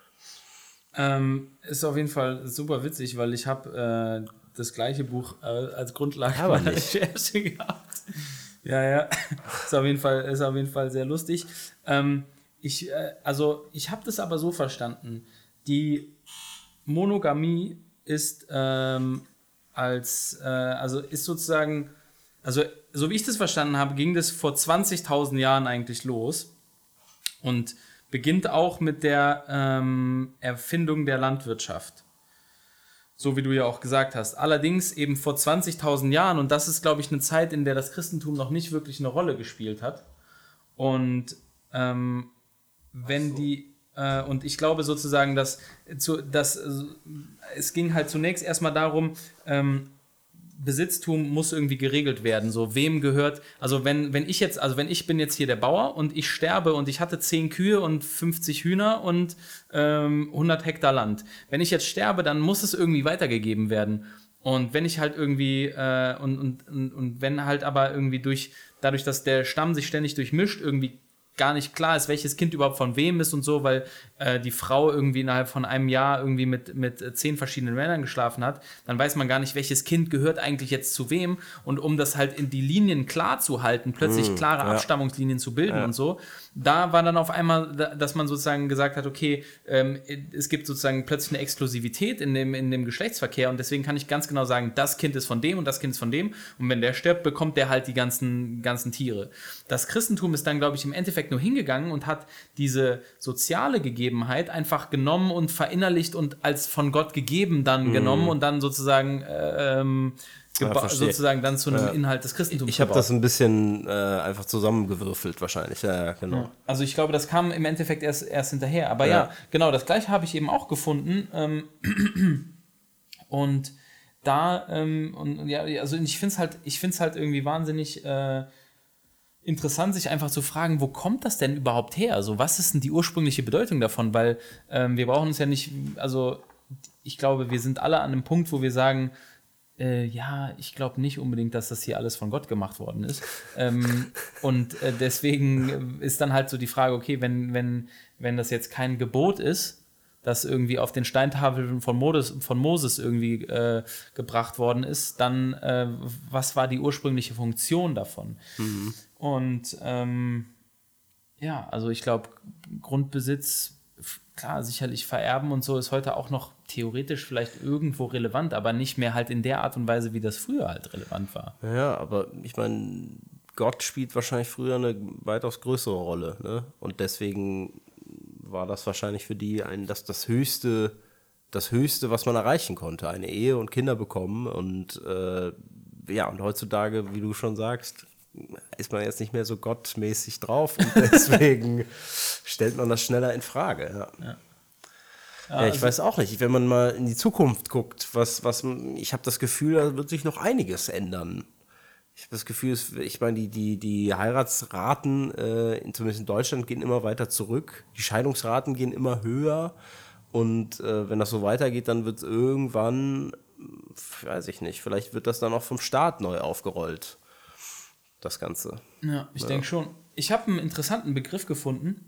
Ähm, ist auf jeden Fall super witzig, weil ich habe äh, das gleiche Buch äh, als Grundlage Aber meiner nicht. Recherche gehabt. Ja, ja. Ist auf jeden Fall, ist auf jeden Fall sehr lustig. Ähm, ich, äh, also ich habe das aber so verstanden. Die Monogamie ist ähm, als, äh, also ist sozusagen, also so wie ich das verstanden habe, ging das vor zwanzigtausend Jahren eigentlich los und beginnt auch mit der ähm, Erfindung der Landwirtschaft. So wie du ja auch gesagt hast. Allerdings eben vor zwanzigtausend Jahren, und das ist, glaube ich, eine Zeit, in der das Christentum noch nicht wirklich eine Rolle gespielt hat. Und ähm, wenn so. die, äh, und ich glaube sozusagen, dass, zu, dass äh, es ging halt zunächst erstmal darum, ähm, Besitztum muss irgendwie geregelt werden. So, wem gehört, also wenn, wenn ich jetzt, also wenn ich bin jetzt hier der Bauer und ich sterbe und ich hatte zehn Kühe und fünfzig Hühner und ähm, hundert Hektar Land. Wenn ich jetzt sterbe, dann muss es irgendwie weitergegeben werden. Und wenn ich halt irgendwie, äh, und, und, und, und wenn halt aber irgendwie durch, dadurch, dass der Stamm sich ständig durchmischt, irgendwie gar nicht klar ist, welches Kind überhaupt von wem ist und so, weil äh, die Frau irgendwie innerhalb von einem Jahr irgendwie mit, mit äh, zehn verschiedenen Männern geschlafen hat, dann weiß man gar nicht, welches Kind gehört eigentlich jetzt zu wem. Und um das halt in die Linien klar zu halten, plötzlich mm, klare ja. Abstammungslinien zu bilden ja. und so, da war dann auf einmal, dass man sozusagen gesagt hat, okay, ähm, es gibt sozusagen plötzlich eine Exklusivität in dem, in dem Geschlechtsverkehr und deswegen kann ich ganz genau sagen, das Kind ist von dem und das Kind ist von dem und wenn der stirbt, bekommt der halt die ganzen, ganzen Tiere. Das Christentum ist dann, glaube ich, im Endeffekt nur hingegangen und hat diese soziale Gegebenheit einfach genommen und verinnerlicht und als von Gott gegeben dann mm. genommen und dann sozusagen äh, ähm, Geba- ja, sozusagen dann zu einem ja. Inhalt des Christentums Ich habe das ein bisschen äh, einfach zusammengewürfelt wahrscheinlich, ja, ja genau. Ja. Also ich glaube, das kam im Endeffekt erst, erst hinterher. Aber ja, ja genau, das Gleiche habe ich eben auch gefunden. Ähm, und da, ähm, und ja, also ich finde es halt, ich finde es halt irgendwie wahnsinnig äh, interessant, sich einfach zu fragen, wo kommt das denn überhaupt her? Also was ist denn die ursprüngliche Bedeutung davon? Weil ähm, wir brauchen uns ja nicht, also ich glaube, wir sind alle an einem Punkt, wo wir sagen, Äh, ja, ich glaube nicht unbedingt, dass das hier alles von Gott gemacht worden ist. ähm, und äh, deswegen ist dann halt so die Frage, okay, wenn, wenn, wenn das jetzt kein Gebot ist, das irgendwie auf den Steintafeln von, Moses, von Moses irgendwie äh, gebracht worden ist, dann äh, was war die ursprüngliche Funktion davon? Mhm. Und ähm, ja, also ich glaube, Grundbesitz, klar, sicherlich vererben und so ist heute auch noch theoretisch vielleicht irgendwo relevant, aber nicht mehr halt in der Art und Weise, wie das früher halt relevant war. Ja, aber ich meine, Gott spielt wahrscheinlich früher eine weitaus größere Rolle, ne? Und deswegen war das wahrscheinlich für die ein, das, das Höchste, das Höchste, was man erreichen konnte, eine Ehe und Kinder bekommen und äh, ja, und heutzutage, wie du schon sagst, ist man jetzt nicht mehr so gottmäßig drauf und deswegen stellt man das schneller in Frage. Ja, ja. ja, ja ich also weiß auch nicht, wenn man mal in die Zukunft guckt, was, was, ich habe das Gefühl, da wird sich noch einiges ändern. Ich habe das Gefühl, es, ich meine, die, die, die Heiratsraten, äh, zumindest in Deutschland, gehen immer weiter zurück. Die Scheidungsraten gehen immer höher und äh, wenn das so weitergeht, dann wird es irgendwann, weiß ich nicht, vielleicht wird das dann auch vom Staat neu aufgerollt. Das Ganze. Ja, ich ja. denke schon. Ich habe einen interessanten Begriff gefunden.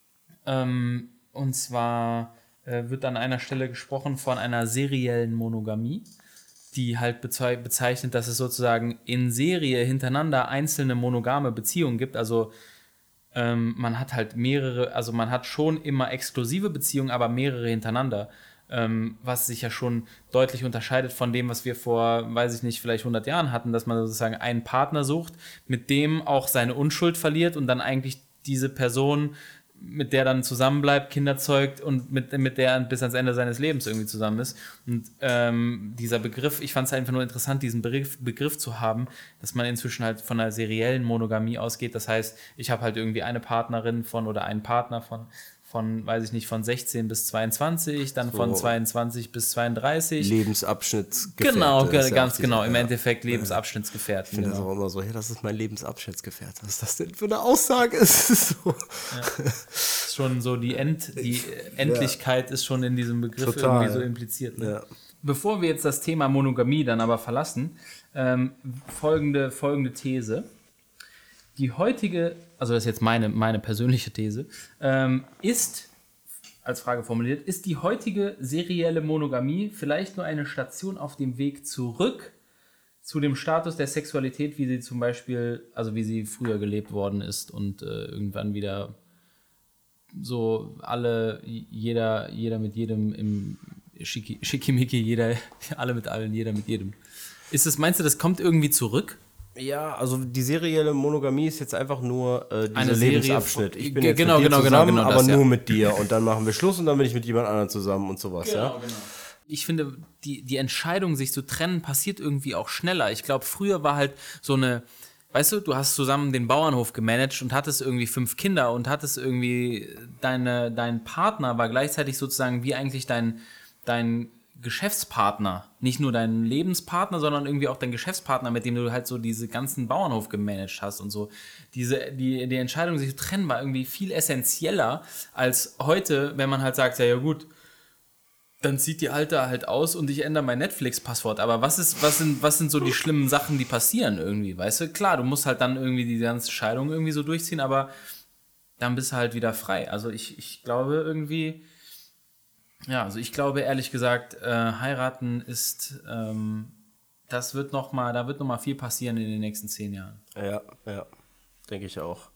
Ähm, und zwar äh, wird an einer Stelle gesprochen von einer seriellen Monogamie, die halt bezei- bezeichnet, dass es sozusagen in Serie hintereinander einzelne monogame Beziehungen gibt. Also ähm, man hat halt mehrere, also man hat schon immer exklusive Beziehungen, aber mehrere hintereinander. Ähm, was sich ja schon deutlich unterscheidet von dem, was wir vor, weiß ich nicht, vielleicht hundert Jahren hatten, dass man sozusagen einen Partner sucht, mit dem auch seine Unschuld verliert und dann eigentlich diese Person, mit der dann zusammenbleibt, Kinder zeugt und mit, mit der bis ans Ende seines Lebens irgendwie zusammen ist. Und ähm, dieser Begriff, ich fand es einfach nur interessant, diesen Begriff, Begriff zu haben, dass man inzwischen halt von einer seriellen Monogamie ausgeht. Das heißt, ich habe halt irgendwie eine Partnerin von oder einen Partner von von, weiß ich nicht, von sechzehn bis zweiundzwanzig, dann So. von zweiundzwanzig bis zweiunddreißig. Lebensabschnittsgefährte. Genau, ist ja ganz auch genau, dieser- im ja. Endeffekt Lebensabschnittsgefährten. Ich finde das Genau. auch immer so, ja, das ist mein Lebensabschnittsgefährte. Was ist das denn für eine Aussage? Es ist so. Ist schon so die, End, die Endlichkeit ist schon in diesem Begriff Total. irgendwie so impliziert. Ne? Ja. Bevor wir jetzt das Thema Monogamie dann aber verlassen, ähm, folgende, folgende These. Die heutige, also das ist jetzt meine, meine persönliche These, ähm, ist, als Frage formuliert, ist die heutige serielle Monogamie vielleicht nur eine Station auf dem Weg zurück zu dem Status der Sexualität, wie sie zum Beispiel, also wie sie früher gelebt worden ist und äh, irgendwann wieder so alle, jeder, jeder mit jedem im Schicki, Schickimicki, jeder, alle mit allen, jeder mit jedem. Ist es, meinst du, das kommt irgendwie zurück? Ja, also die serielle Monogamie ist jetzt einfach nur äh, dieser Eine Serie Lebensabschnitt. von- Ich bin Ge- jetzt genau, mit dir genau, genau, zusammen, genau aber das, ja. nur mit dir. Und dann machen wir Schluss und dann bin ich mit jemand anderem zusammen und sowas, ja? genau. Ich finde, die, die Entscheidung, sich zu trennen, passiert irgendwie auch schneller. Ich glaube, früher war halt so eine, weißt du, du hast zusammen den Bauernhof gemanagt und hattest irgendwie fünf Kinder und hattest irgendwie, deine, dein Partner war gleichzeitig sozusagen wie eigentlich dein, dein Geschäftspartner. Nicht nur dein Lebenspartner, sondern irgendwie auch dein Geschäftspartner, mit dem du halt so diese ganzen Bauernhof gemanagt hast und so. Diese, die, die Entscheidung, sich zu trennen, war irgendwie viel essentieller als heute, wenn man halt sagt, ja, ja gut, dann zieht die Alte halt aus und ich ändere mein Netflix-Passwort. Aber was ist, was sind, was sind so die schlimmen Sachen, die passieren irgendwie, weißt du? Klar, du musst halt dann irgendwie die ganze Scheidung irgendwie so durchziehen, aber dann bist du halt wieder frei. Also ich, ich glaube irgendwie, ja, also ich glaube ehrlich gesagt, äh, heiraten ist, ähm, das wird noch mal, da wird noch mal viel passieren in den nächsten zehn Jahren. Ja, ja, denke ich auch.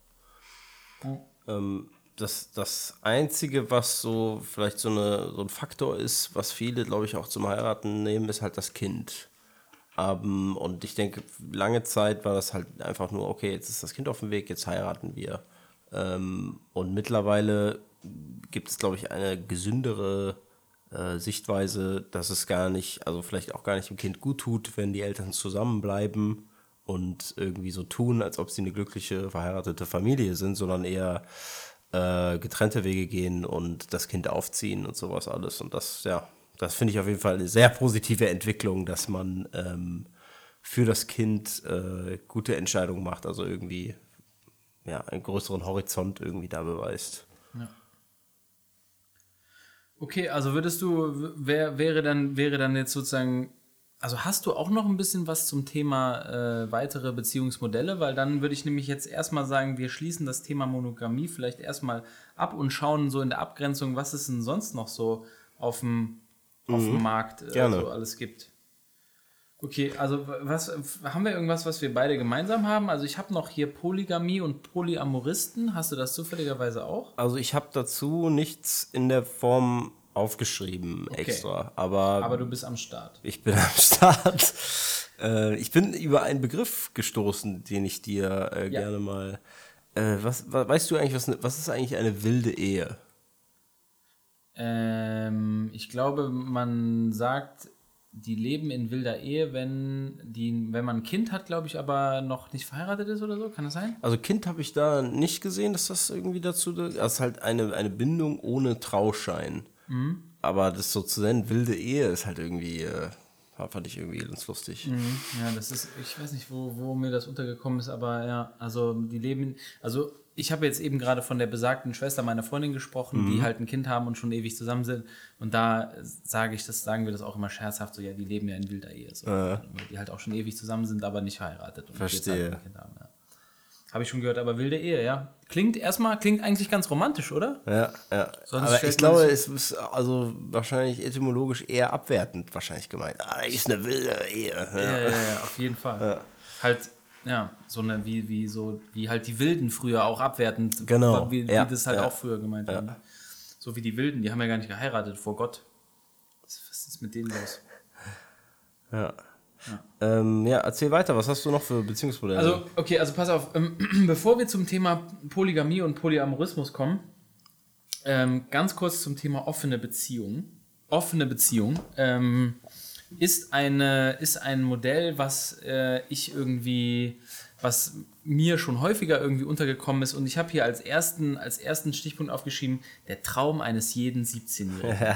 Ähm, das, das Einzige, was so vielleicht so, eine, so ein Faktor ist, was viele, glaube ich, auch zum Heiraten nehmen, ist halt das Kind. Ähm, und ich denke, lange Zeit war das halt einfach nur, okay, jetzt ist das Kind auf dem Weg, jetzt heiraten wir. Ähm, und mittlerweile gibt es, glaube ich, eine gesündere äh, Sichtweise, dass es gar nicht, also vielleicht auch gar nicht dem Kind gut tut, wenn die Eltern zusammenbleiben und irgendwie so tun, als ob sie eine glückliche, verheiratete Familie sind, sondern eher äh, getrennte Wege gehen und das Kind aufziehen und sowas alles. Und das, ja, das finde ich auf jeden Fall eine sehr positive Entwicklung, dass man ähm, für das Kind äh, gute Entscheidungen macht, also irgendwie ja, einen größeren Horizont irgendwie da beweist. Okay, also würdest du, wer, wäre dann, wäre dann jetzt sozusagen, also hast du auch noch ein bisschen was zum Thema äh, weitere Beziehungsmodelle? Weil dann würde ich nämlich jetzt erstmal sagen, wir schließen das Thema Monogamie vielleicht erstmal ab und schauen so in der Abgrenzung, was es denn sonst noch so auf dem, auf dem Markt äh, Gerne. so alles gibt. Okay, also was haben wir irgendwas, was wir beide gemeinsam haben? Also ich habe noch hier Polygamie und Polyamoristen. Hast du das zufälligerweise auch? Also ich habe dazu nichts in der Form aufgeschrieben extra, aber, Aber du bist am Start. ich bin am Start. äh, ich bin über einen Begriff gestoßen, den ich dir äh, Ja. gerne mal... Äh, was, was, weißt du eigentlich, was, ne- was ist eigentlich eine wilde Ehe? Ähm, ich glaube, man sagt, die leben in wilder Ehe, wenn, die, wenn man ein Kind hat, glaube ich, aber noch nicht verheiratet ist oder so. Kann das sein? Also Kind habe ich da nicht gesehen, dass das irgendwie dazu... Das ist halt eine, eine Bindung ohne Trauschein. Mhm. Aber das so zu nennen, wilde Ehe, ist halt irgendwie... Äh, fand ich irgendwie ganz lustig. Ja, das ist, ich weiß nicht, wo, wo mir das untergekommen ist, aber ja, also die leben, also ich habe jetzt eben gerade von der besagten Schwester meiner Freundin gesprochen, die halt ein Kind haben und schon ewig zusammen sind. Und da sage ich das, sagen wir das auch immer scherzhaft, so ja, die leben ja in wilder Ehe. So. Äh. Die halt auch schon ewig zusammen sind, aber nicht verheiratet. Und jetzt Verstehe. halt ein Kind haben, ja. Habe ich schon gehört, aber wilde Ehe, ja. Klingt erstmal, klingt eigentlich ganz romantisch, oder? Ja, ja. Sonst Aber stellt ich man glaube, sich- es ist also wahrscheinlich etymologisch eher abwertend wahrscheinlich gemeint. Ah, ist eine wilde Ehe. Ja. Ja, ja, ja, auf jeden Fall. Halt, ja, so eine, wie, wie so, wie halt die Wilden früher auch abwertend, Genau, wie, wie ja, das halt ja. auch früher gemeint haben. So wie die Wilden, die haben ja gar nicht geheiratet vor Gott. Was, was ist mit denen los? Ja. Ähm, ja, erzähl weiter, was hast du noch für Beziehungsmodelle? Also, okay, also pass auf, ähm, bevor wir zum Thema Polygamie und Polyamorismus kommen, ähm, ganz kurz zum Thema offene Beziehung. Offene Beziehung. Ähm, ist, eine, ist ein Modell, was äh, ich irgendwie, was mir schon häufiger irgendwie untergekommen ist. Und ich habe hier als ersten, als ersten Stichpunkt aufgeschrieben, der Traum eines jeden siebzehnjährigen.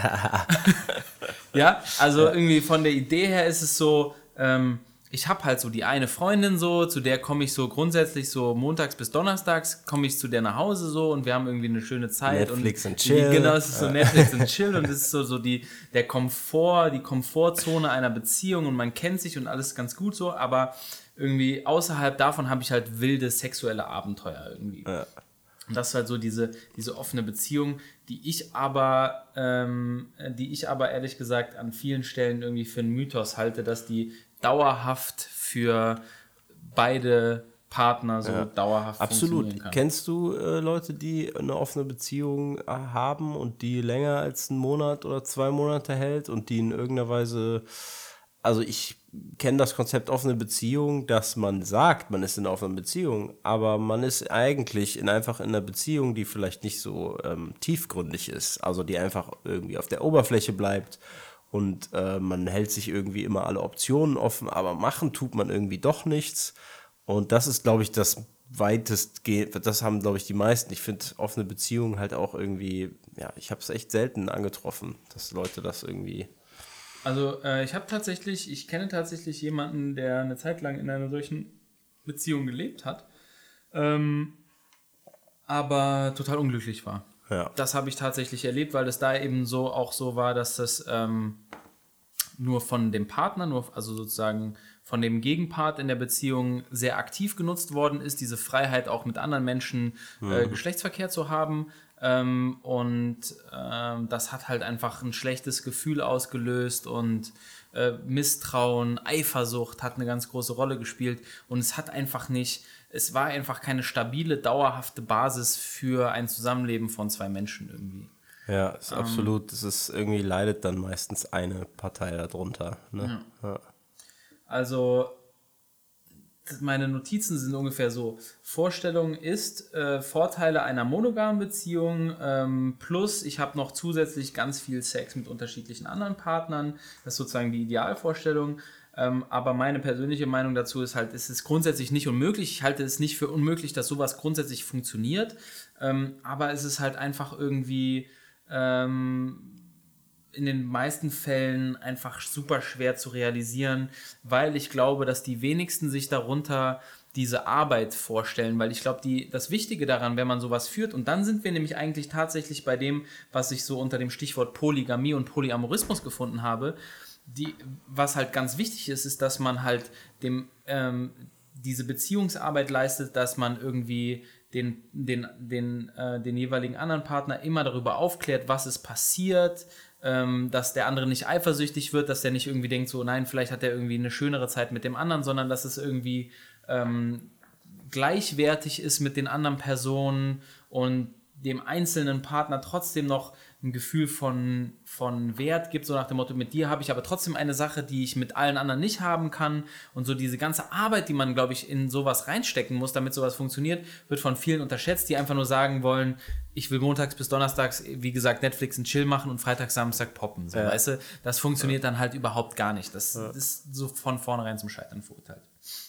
Ja, also irgendwie von der Idee her ist es so, ähm, ich habe halt so die eine Freundin so, zu der komme ich so grundsätzlich so montags bis donnerstags, komme ich zu der nach Hause so und wir haben irgendwie eine schöne Zeit. Netflix und and Chill. Die, genau, es ist so Netflix und Chill und es ist so, so die, der Komfort, die Komfortzone einer Beziehung und man kennt sich und alles ganz gut so, aber irgendwie außerhalb davon habe ich halt wilde sexuelle Abenteuer irgendwie. Ja. Und das ist halt so diese, diese offene Beziehung, die ich aber, ähm, die ich aber ehrlich gesagt an vielen Stellen irgendwie für einen Mythos halte, dass die dauerhaft für beide Partner so Ja. dauerhaft Absolut. funktionieren kann. Kennst du äh, Leute, die eine offene Beziehung äh, haben und die länger als einen Monat oder zwei Monate hält und die in irgendeiner Weise, also ich kenne das Konzept offene Beziehung, dass man sagt, man ist in einer offenen Beziehung, aber man ist eigentlich in einfach in einer Beziehung, die vielleicht nicht so ähm, tiefgründig ist, also die einfach irgendwie auf der Oberfläche bleibt und äh, man hält sich irgendwie immer alle Optionen offen, aber machen tut man irgendwie doch nichts. Und das ist, glaube ich, das weitestgehend, das haben, glaube ich, die meisten. Ich finde offene Beziehungen halt auch irgendwie, ja, ich habe es echt selten angetroffen, dass Leute das irgendwie... Also äh, ich habe tatsächlich, ich kenne tatsächlich jemanden, der eine Zeit lang in einer solchen Beziehung gelebt hat, ähm, aber total unglücklich war. Ja. Das habe ich tatsächlich erlebt, weil es da eben so auch so war, dass das ähm, nur von dem Partner, nur also sozusagen von dem Gegenpart in der Beziehung sehr aktiv genutzt worden ist, diese Freiheit auch mit anderen Menschen äh, Geschlechtsverkehr zu haben. Ähm, und ähm, das hat halt einfach ein schlechtes Gefühl ausgelöst und äh, Misstrauen, Eifersucht hat eine ganz große Rolle gespielt und es hat einfach nicht, es war einfach keine stabile, dauerhafte Basis für ein Zusammenleben von zwei Menschen irgendwie. Ja, ist absolut, es ist irgendwie leidet dann meistens eine Partei darunter. Ne? Ja. Ja. Also meine Notizen sind ungefähr so. Vorstellung ist äh, Vorteile einer monogamen Beziehung ähm, plus ich habe noch zusätzlich ganz viel Sex mit unterschiedlichen anderen Partnern. Das ist sozusagen die Idealvorstellung. Ähm, aber meine persönliche Meinung dazu ist halt, es ist grundsätzlich nicht unmöglich. Ich halte es nicht für unmöglich, dass sowas grundsätzlich funktioniert. Ähm, aber es ist halt einfach irgendwie ähm, in den meisten Fällen einfach super schwer zu realisieren, weil ich glaube, dass die wenigsten sich darunter diese Arbeit vorstellen, weil ich glaube, die, das Wichtige daran, wenn man sowas führt, und dann sind wir nämlich eigentlich tatsächlich bei dem, was ich so unter dem Stichwort Polygamie und Polyamorismus gefunden habe, die, was halt ganz wichtig ist, ist, dass man halt dem, ähm, diese Beziehungsarbeit leistet, dass man irgendwie den, den, den, äh, den jeweiligen anderen Partner immer darüber aufklärt, was ist passiert, ähm, dass der andere nicht eifersüchtig wird, dass der nicht irgendwie denkt, so nein, vielleicht hat er irgendwie eine schönere Zeit mit dem anderen, sondern dass es irgendwie ähm, gleichwertig ist mit den anderen Personen und dem einzelnen Partner trotzdem noch ein Gefühl von, von Wert gibt, so nach dem Motto, mit dir habe ich aber trotzdem eine Sache, die ich mit allen anderen nicht haben kann und so diese ganze Arbeit, die man, glaube ich, in sowas reinstecken muss, damit sowas funktioniert, wird von vielen unterschätzt, die einfach nur sagen wollen, ich will montags bis donnerstags, wie gesagt, Netflix und Chill machen und freitags, Samstag poppen, so, ja. Weißt du, das funktioniert ja. dann halt überhaupt gar nicht, das, ja. das ist so von vornherein zum Scheitern verurteilt.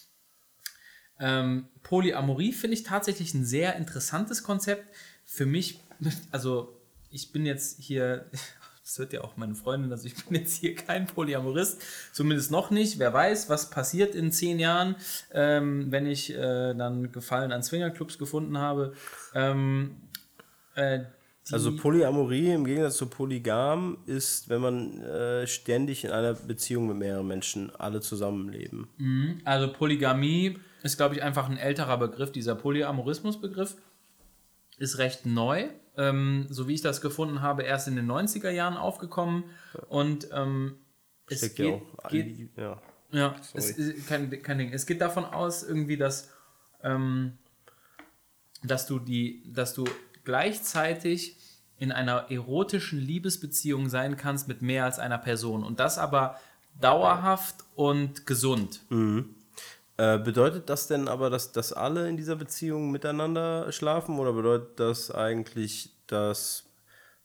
Ähm, Polyamorie finde ich tatsächlich ein sehr interessantes Konzept. Für mich, also ich bin jetzt hier, das hört ja auch meine Freundin, also ich bin jetzt hier kein Polyamorist, zumindest noch nicht. Wer weiß, was passiert in zehn Jahren, ähm, wenn ich äh, dann Gefallen an Swingerclubs gefunden habe. Ähm, äh, also Polyamorie im Gegensatz zu Polygam ist, wenn man äh, ständig in einer Beziehung mit mehreren Menschen alle zusammenleben. Also Polygamie ist, glaube ich, einfach ein älterer Begriff. Dieser Polyamorismus-Begriff ist recht neu, ähm, so wie ich das gefunden habe, erst in den neunziger Jahren aufgekommen und ähm, es geht, ja, auch geht ja, ja es ist kein, kein Ding. Es geht davon aus irgendwie, dass ähm, dass du die, dass du gleichzeitig in einer erotischen Liebesbeziehung sein kannst mit mehr als einer Person und das aber dauerhaft und gesund. Mhm. Äh, bedeutet das denn aber, dass, dass alle in dieser Beziehung miteinander schlafen oder bedeutet das eigentlich, dass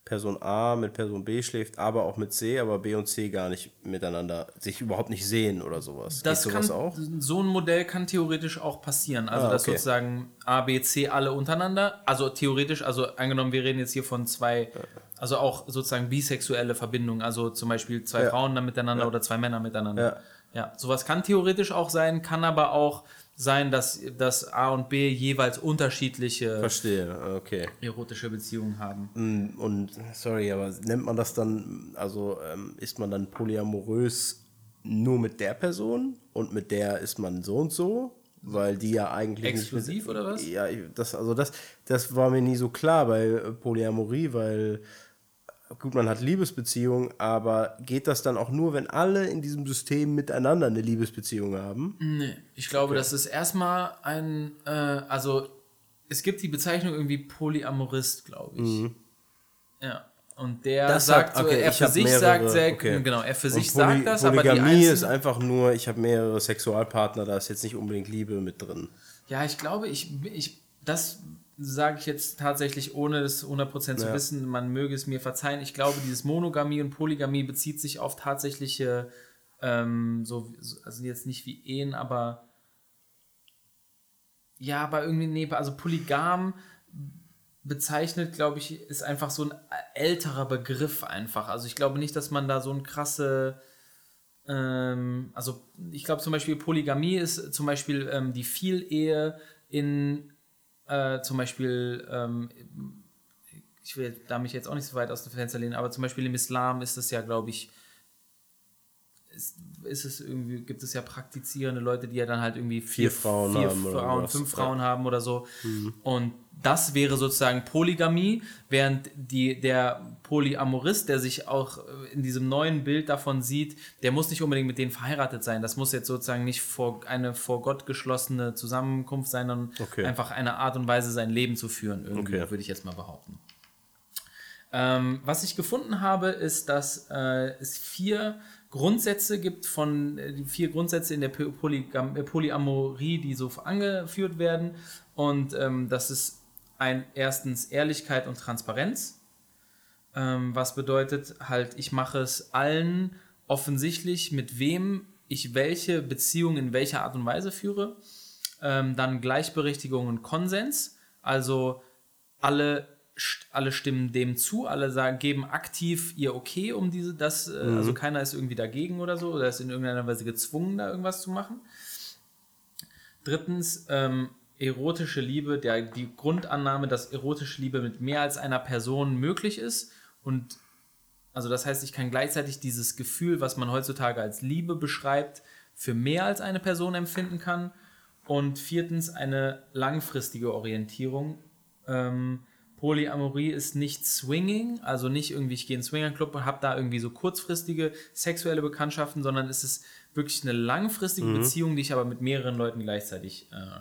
Person A mit Person B schläft, aber auch mit C, aber B und C gar nicht miteinander, sich überhaupt nicht sehen oder sowas. Das Geht kann, sowas auch? so ein Modell kann theoretisch auch passieren. Also, Ah, dass okay. sozusagen A, B, C alle untereinander, also theoretisch, also angenommen, wir reden jetzt hier von zwei, also auch sozusagen bisexuelle Verbindungen, also zum Beispiel zwei Ja. Frauen dann miteinander Ja. oder zwei Männer miteinander. Ja. Ja, sowas kann theoretisch auch sein, kann aber auch sein, dass, dass A und B jeweils unterschiedliche Verstehe, okay. erotische Beziehungen haben. Und, sorry, aber nennt man das dann, also ähm, ist man dann polyamorös nur mit der Person und mit der ist man so und so? Weil die ja eigentlich Exklusiv nicht mit, oder was? Ja, das, also das, das war mir nie so klar bei äh, Polyamorie, weil gut, man hat Liebesbeziehungen, aber geht das dann auch nur, wenn alle in diesem System miteinander eine Liebesbeziehung haben? Nee, ich glaube, das ist erstmal ein, äh, also es gibt die Bezeichnung irgendwie Polyamorist, glaube ich. Ja. Und der Das sagt, hat- so, okay, er ich für hab sich mehrere, sagt, sehr, okay. genau, er für Und sich Poly- sagt das, aber die Polygamie ist einzelnen, einfach nur, ich habe mehrere Sexualpartner, da ist jetzt nicht unbedingt Liebe mit drin. ja, ich glaube, ich, ich, das sage ich jetzt tatsächlich, ohne das hundert Prozent zu Ja. wissen, man möge es mir verzeihen, ich glaube, dieses Monogamie und Polygamie bezieht sich auf tatsächliche, ähm, so, also jetzt nicht wie Ehen, aber ja, aber irgendwie, nee, also polygam bezeichnet, glaube ich, ist einfach so ein älterer Begriff einfach. Also ich glaube nicht, dass man da so ein krasse, ähm, also ich glaube zum Beispiel Polygamie ist zum Beispiel ähm, die Vielehe in äh, zum Beispiel, ähm, ich will da mich jetzt auch nicht so weit aus dem Fenster lehnen, aber zum Beispiel im Islam ist es ja, glaube ich, ist, ist es irgendwie, gibt es ja praktizierende Leute, die ja dann halt irgendwie vier, Vier Frauen vier haben oder Frauen, was. fünf Ja. Frauen haben oder so. Und das wäre sozusagen Polygamie, während die, der Polyamorist, der sich auch in diesem neuen Bild davon sieht, der muss nicht unbedingt mit denen verheiratet sein. Das muss jetzt sozusagen nicht vor, eine vor Gott geschlossene Zusammenkunft sein, sondern Okay. einfach eine Art und Weise, sein Leben zu führen, irgendwie, Okay. würde ich jetzt mal behaupten. Ähm, was ich gefunden habe, ist, dass äh, es vier Grundsätze gibt von äh, die vier Grundsätze in der Polygam äh, Polyamorie, die so angeführt werden. Und ähm, das ist ein erstens Ehrlichkeit und Transparenz. Ähm, was bedeutet halt, ich mache es allen offensichtlich, mit wem ich welche Beziehung in welcher Art und Weise führe. Ähm, dann Gleichberechtigung und Konsens. Also alle alle stimmen dem zu, alle sagen, geben aktiv ihr Okay um diese, das, äh, also keiner ist irgendwie dagegen oder so, oder ist in irgendeiner Weise gezwungen, da irgendwas zu machen. Drittens, ähm, erotische Liebe, der, die Grundannahme, dass erotische Liebe mit mehr als einer Person möglich ist und also das heißt, ich kann gleichzeitig dieses Gefühl, was man heutzutage als Liebe beschreibt, für mehr als eine Person empfinden kann. Und viertens, eine langfristige Orientierung. Ähm, Polyamorie ist nicht Swinging, also nicht irgendwie, ich gehe in einen Swingerclub und habe da irgendwie so kurzfristige sexuelle Bekanntschaften, sondern es ist wirklich eine langfristige Mhm. Beziehung, die ich aber mit mehreren Leuten gleichzeitig äh,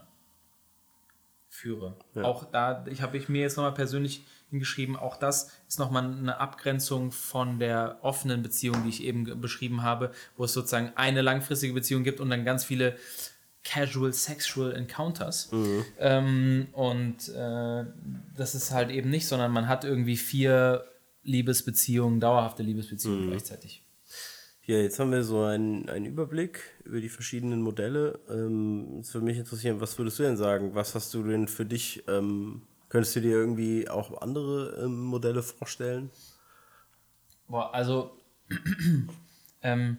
führe. Ja. Auch da, ich habe ich mir jetzt nochmal persönlich hingeschrieben, auch das ist nochmal eine Abgrenzung von der offenen Beziehung, die ich eben ge- beschrieben habe, wo es sozusagen eine langfristige Beziehung gibt und dann ganz viele Casual Sexual Encounters. Mhm. Ähm, und äh, das ist halt eben nicht, sondern man hat irgendwie vier Liebesbeziehungen, dauerhafte Liebesbeziehungen Mhm. gleichzeitig. Ja, jetzt haben wir so einen, einen Überblick über die verschiedenen Modelle. Ähm, jetzt würde mich interessieren, was würdest du denn sagen? Was hast du denn für dich, ähm, könntest du dir irgendwie auch andere ähm, Modelle vorstellen? Boah, also ähm,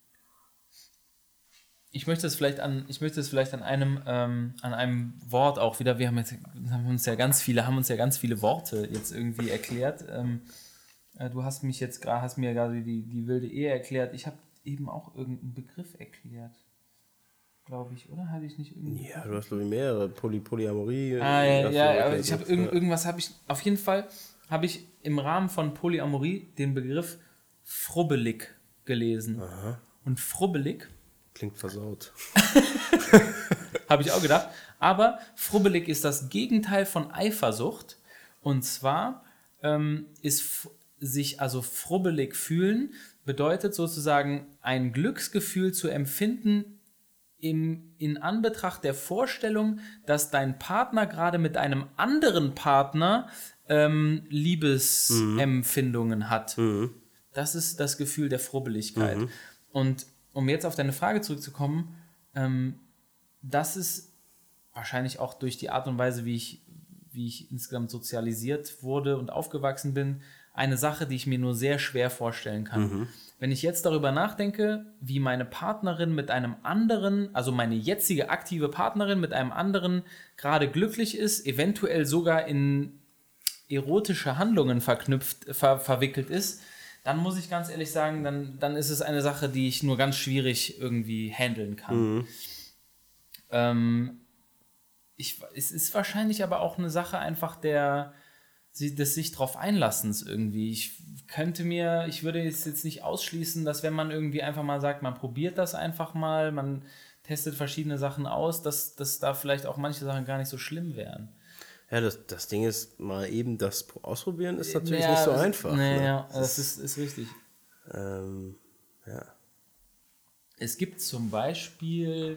ich möchte es vielleicht an, ich möchte es vielleicht an einem, ähm, an einem Wort auch wieder, wir haben jetzt haben uns ja ganz viele, haben uns ja ganz viele Worte jetzt irgendwie erklärt. Ähm, äh, du hast mich jetzt gerade, hast mir gerade die, die wilde Ehe erklärt. Ich habe eben auch irgendeinen Begriff erklärt. Glaube ich, oder? Habe ich nicht irgendwie. Ja, du hast glaube ich mehrere. Poly Polyamorie. Ah, ja, hast du ja, aber erklärt. ich habe irgend, irgendwas habe ich, auf jeden Fall habe ich im Rahmen von Polyamorie den Begriff frubbelig gelesen. Aha. Und frubbelig Klingt versaut. habe ich auch gedacht. Aber frubbelig ist das Gegenteil von Eifersucht. Und zwar ähm, ist f- sich also frubbelig fühlen, bedeutet sozusagen ein Glücksgefühl zu empfinden im, in Anbetracht der Vorstellung, dass dein Partner gerade mit einem anderen Partner ähm, Liebesempfindungen hat. Mhm. Das ist das Gefühl der Frubbeligkeit. Mhm. Und um jetzt auf deine Frage zurückzukommen, ähm, das ist wahrscheinlich auch durch die Art und Weise, wie ich, wie ich insgesamt sozialisiert wurde und aufgewachsen bin, eine Sache, die ich mir nur sehr schwer vorstellen kann. Mhm. Wenn ich jetzt darüber nachdenke, wie meine Partnerin mit einem anderen, also meine jetzige aktive Partnerin mit einem anderen gerade glücklich ist, eventuell sogar in erotische Handlungen verknüpft, ver, verwickelt ist, dann muss ich ganz ehrlich sagen, dann, dann ist es eine Sache, die ich nur ganz schwierig irgendwie handeln kann. Mhm. Ähm, ich, es ist wahrscheinlich aber auch eine Sache einfach der, des sich drauf Einlassens irgendwie. Ich könnte mir, ich würde es jetzt nicht ausschließen, dass wenn man irgendwie einfach mal sagt, man probiert das einfach mal, man testet verschiedene Sachen aus, dass, dass da vielleicht auch manche Sachen gar nicht so schlimm wären. Ja, das, das Ding ist, mal eben das ausprobieren ist natürlich Ja, nicht so das- einfach. Nee, ne? ja, das ist, ist richtig. Ähm, ja. Es gibt zum Beispiel,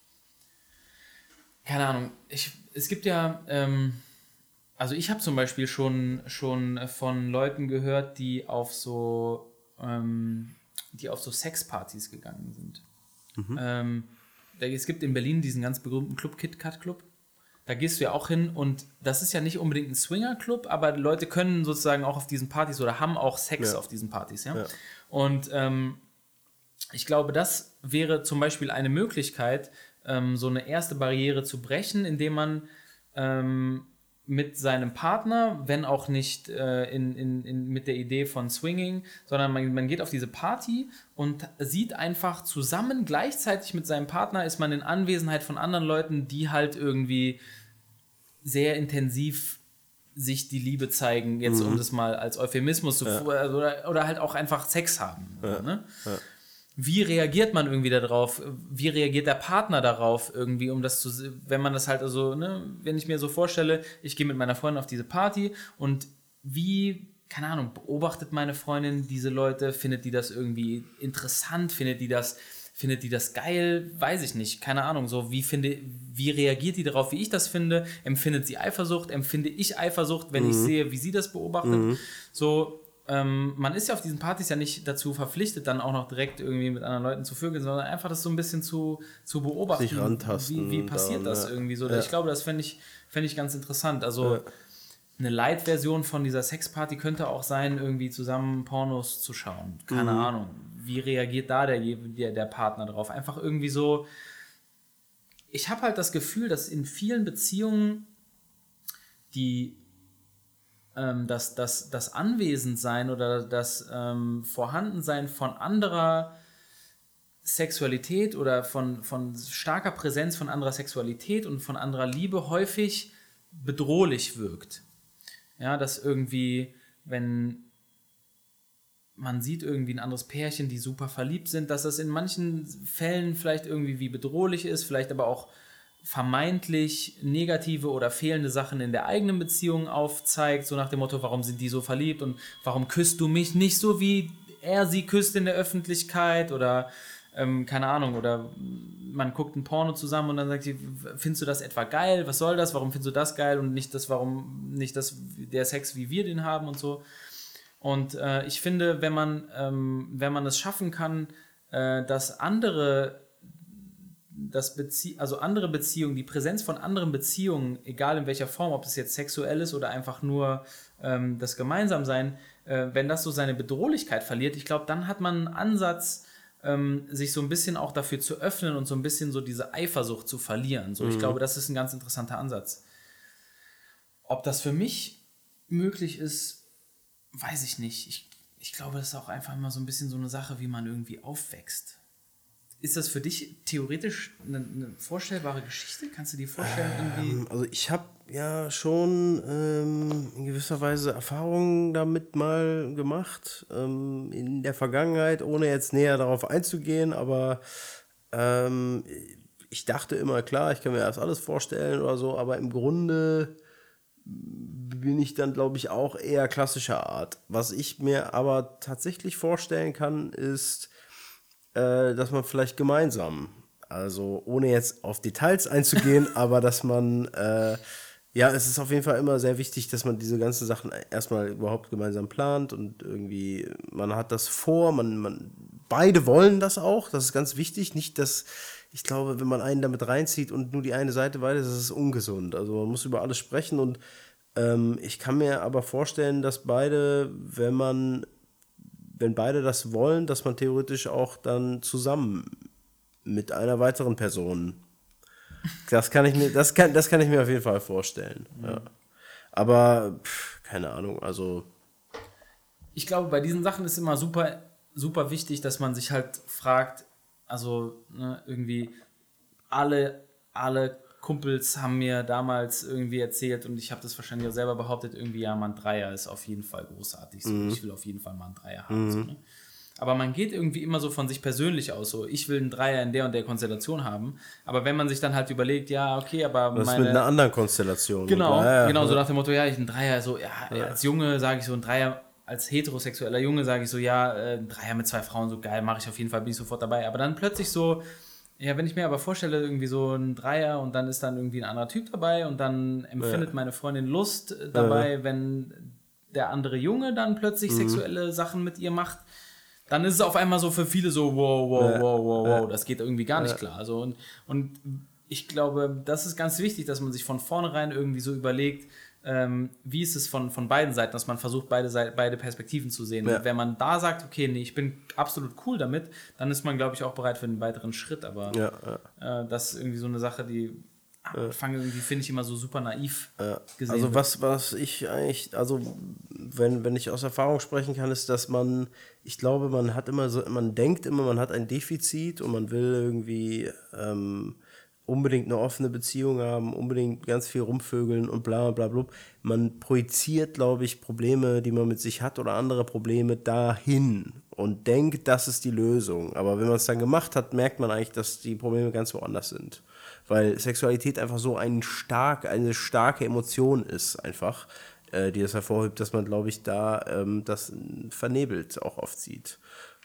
keine Ahnung, ich, es gibt ja, ähm, also ich habe zum Beispiel schon, schon von Leuten gehört, die auf so, ähm, die auf so Sexpartys gegangen sind. Ähm, da, es gibt in Berlin diesen ganz berühmten Club, Kit Kat Club. Da gehst du ja auch hin und das ist ja nicht unbedingt ein Swinger-Club, aber Leute können sozusagen auch auf diesen Partys oder haben auch Sex Ja. auf diesen Partys. Ja? Ja. Und ähm, ich glaube, das wäre zum Beispiel eine Möglichkeit, ähm, so eine erste Barriere zu brechen, indem man ähm, mit seinem Partner, wenn auch nicht äh, in, in, in, mit der Idee von Swinging, sondern man, man geht auf diese Party und sieht einfach zusammen, gleichzeitig mit seinem Partner ist man in Anwesenheit von anderen Leuten, die halt irgendwie sehr intensiv sich die Liebe zeigen, jetzt um das mal als Euphemismus zu Ja. oder, oder halt auch einfach Sex haben. Ja. Ne? Ja. Wie reagiert man irgendwie darauf? Wie reagiert der Partner darauf irgendwie, um das zu, wenn man das halt also, ne, wenn ich mir so vorstelle, ich gehe mit meiner Freundin auf diese Party und wie, keine Ahnung, beobachtet meine Freundin diese Leute, findet die das irgendwie interessant, findet die das, findet die das geil, weiß ich nicht, keine Ahnung, so wie finde, wie reagiert die darauf, wie ich das finde, empfindet sie Eifersucht, empfinde ich Eifersucht, wenn Mhm. ich sehe, wie sie das beobachtet, Mhm. so. Ähm, man ist ja auf diesen Partys ja nicht dazu verpflichtet, dann auch noch direkt irgendwie mit anderen Leuten zu vögeln, sondern einfach das so ein bisschen zu, zu beobachten. Sich rantasten Wie, wie passiert daran, das ja. irgendwie so? Ja. Ich glaube, das fände ich, fänd ich ganz interessant. Also Ja. eine Light-Version von dieser Sexparty könnte auch sein, irgendwie zusammen Pornos zu schauen. Keine Mhm. Ahnung. Wie reagiert da der, der, der Partner drauf? Einfach irgendwie so. Ich habe halt das Gefühl, dass in vielen Beziehungen die ähm, das, das, das Anwesendsein oder das ähm, Vorhandensein von anderer Sexualität oder von, von starker Präsenz von anderer Sexualität und von anderer Liebe häufig bedrohlich wirkt. Ja, dass irgendwie, wenn man sieht irgendwie ein anderes Pärchen, die super verliebt sind, dass das in manchen Fällen vielleicht irgendwie wie bedrohlich ist, vielleicht aber auch vermeintlich negative oder fehlende Sachen in der eigenen Beziehung aufzeigt, so nach dem Motto, warum sind die so verliebt und warum küsst du mich nicht so, wie er sie küsst in der Öffentlichkeit oder ähm, keine Ahnung, oder man guckt ein Porno zusammen und dann sagt sie, findest du das etwa geil, was soll das, warum findest du das geil und nicht das, warum nicht das, der Sex, wie wir den haben und so. Und äh, ich finde, wenn man, ähm, wenn man es schaffen kann, äh, dass andere Das Bezie- also andere Beziehungen, die Präsenz von anderen Beziehungen, egal in welcher Form, ob es jetzt sexuell ist oder einfach nur ähm, das Gemeinsamsein, äh, wenn das so seine Bedrohlichkeit verliert, ich glaube, dann hat man einen Ansatz, ähm, sich so ein bisschen auch dafür zu öffnen und so ein bisschen so diese Eifersucht zu verlieren. So, Mhm. ich glaube, das ist ein ganz interessanter Ansatz. Ob das für mich möglich ist, weiß ich nicht. Ich, ich glaube, das ist auch einfach immer so ein bisschen so eine Sache, wie man irgendwie aufwächst. Ist das für dich theoretisch eine, eine vorstellbare Geschichte? Kannst du dir vorstellen, irgendwie. Ähm, Also ich habe ja schon ähm, in gewisser Weise Erfahrungen damit mal gemacht, ähm, in der Vergangenheit, ohne jetzt näher darauf einzugehen, aber ähm, ich dachte immer, klar, ich kann mir das alles vorstellen oder so, aber im Grunde bin ich dann, glaube ich, auch eher klassischer Art. Was ich mir aber tatsächlich vorstellen kann, ist, äh, dass man vielleicht gemeinsam, also ohne jetzt auf Details einzugehen, aber dass man äh, Ja, es ist auf jeden Fall immer sehr wichtig, dass man diese ganzen Sachen erstmal überhaupt gemeinsam plant und irgendwie, man hat das vor, man, man, beide wollen das auch, das ist ganz wichtig, nicht, dass, ich glaube, wenn man einen damit reinzieht und nur die eine Seite weiß, das ist ungesund, also man muss über alles sprechen und ähm, ich kann mir aber vorstellen, dass beide, wenn man, wenn beide das wollen, dass man theoretisch auch dann zusammen mit einer weiteren Person. Das kann ich mir, das kann, das kann ich mir auf jeden Fall vorstellen. Mhm. Ja. Aber pff, keine Ahnung, also. Ich glaube, bei diesen Sachen ist immer super, super wichtig, dass man sich halt fragt, also ne, irgendwie alle, alle Kumpels haben mir damals irgendwie erzählt und ich habe das wahrscheinlich auch selber behauptet, irgendwie, ja, man, Dreier ist auf jeden Fall großartig. So. Mhm. Ich will auf jeden Fall mal einen Dreier haben. Mhm. So, ne? Aber man geht irgendwie immer so von sich persönlich aus, so ich will einen Dreier in der und der Konstellation haben, aber wenn man sich dann halt überlegt, ja, okay, aber was meine... mit einer anderen Konstellation. Genau, ja, ja, genau, ja. so nach dem Motto, ja, ich ein Dreier, so, ja, ja. als Junge sage ich so ein Dreier, als heterosexueller Junge sage ich so, ja, ein Dreier mit zwei Frauen, so geil, mache ich auf jeden Fall, bin ich sofort dabei, aber dann plötzlich so, ja, wenn ich mir aber vorstelle, irgendwie so ein Dreier und dann ist dann irgendwie ein anderer Typ dabei und dann empfindet ja. meine Freundin Lust dabei, ja. wenn der andere Junge dann plötzlich mhm. sexuelle Sachen mit ihr macht, dann ist es auf einmal so für viele so, wow, wow, ja, wow, wow, ja. wow, das geht irgendwie gar nicht ja. klar. Also und, und ich glaube, das ist ganz wichtig, dass man sich von vornherein irgendwie so überlegt, ähm, wie ist es von, von beiden Seiten, dass man versucht, beide, Seite, beide Perspektiven zu sehen. Ja. Und wenn man da sagt, okay, nee, ich bin absolut cool damit, dann ist man, glaube ich, auch bereit für einen weiteren Schritt. Aber ja, ja. Äh, das ist irgendwie so eine Sache, die am Anfang irgendwie, finde ich, immer so super naiv ja. gesehen Also wird. was, was ich eigentlich, also wenn, wenn ich aus Erfahrung sprechen kann, ist, dass man, ich glaube, man hat immer so, man denkt immer, man hat ein Defizit und man will irgendwie ähm, unbedingt eine offene Beziehung haben, unbedingt ganz viel rumvögeln und bla bla bla. Man projiziert, glaube ich, Probleme, die man mit sich hat oder andere Probleme dahin und denkt, das ist die Lösung. Aber wenn man es dann gemacht hat, merkt man eigentlich, dass die Probleme ganz woanders sind. Weil Sexualität einfach so ein stark, eine starke Emotion ist, einfach, äh, die das hervorhebt, dass man, glaube ich, da ähm, das vernebelt auch oft sieht.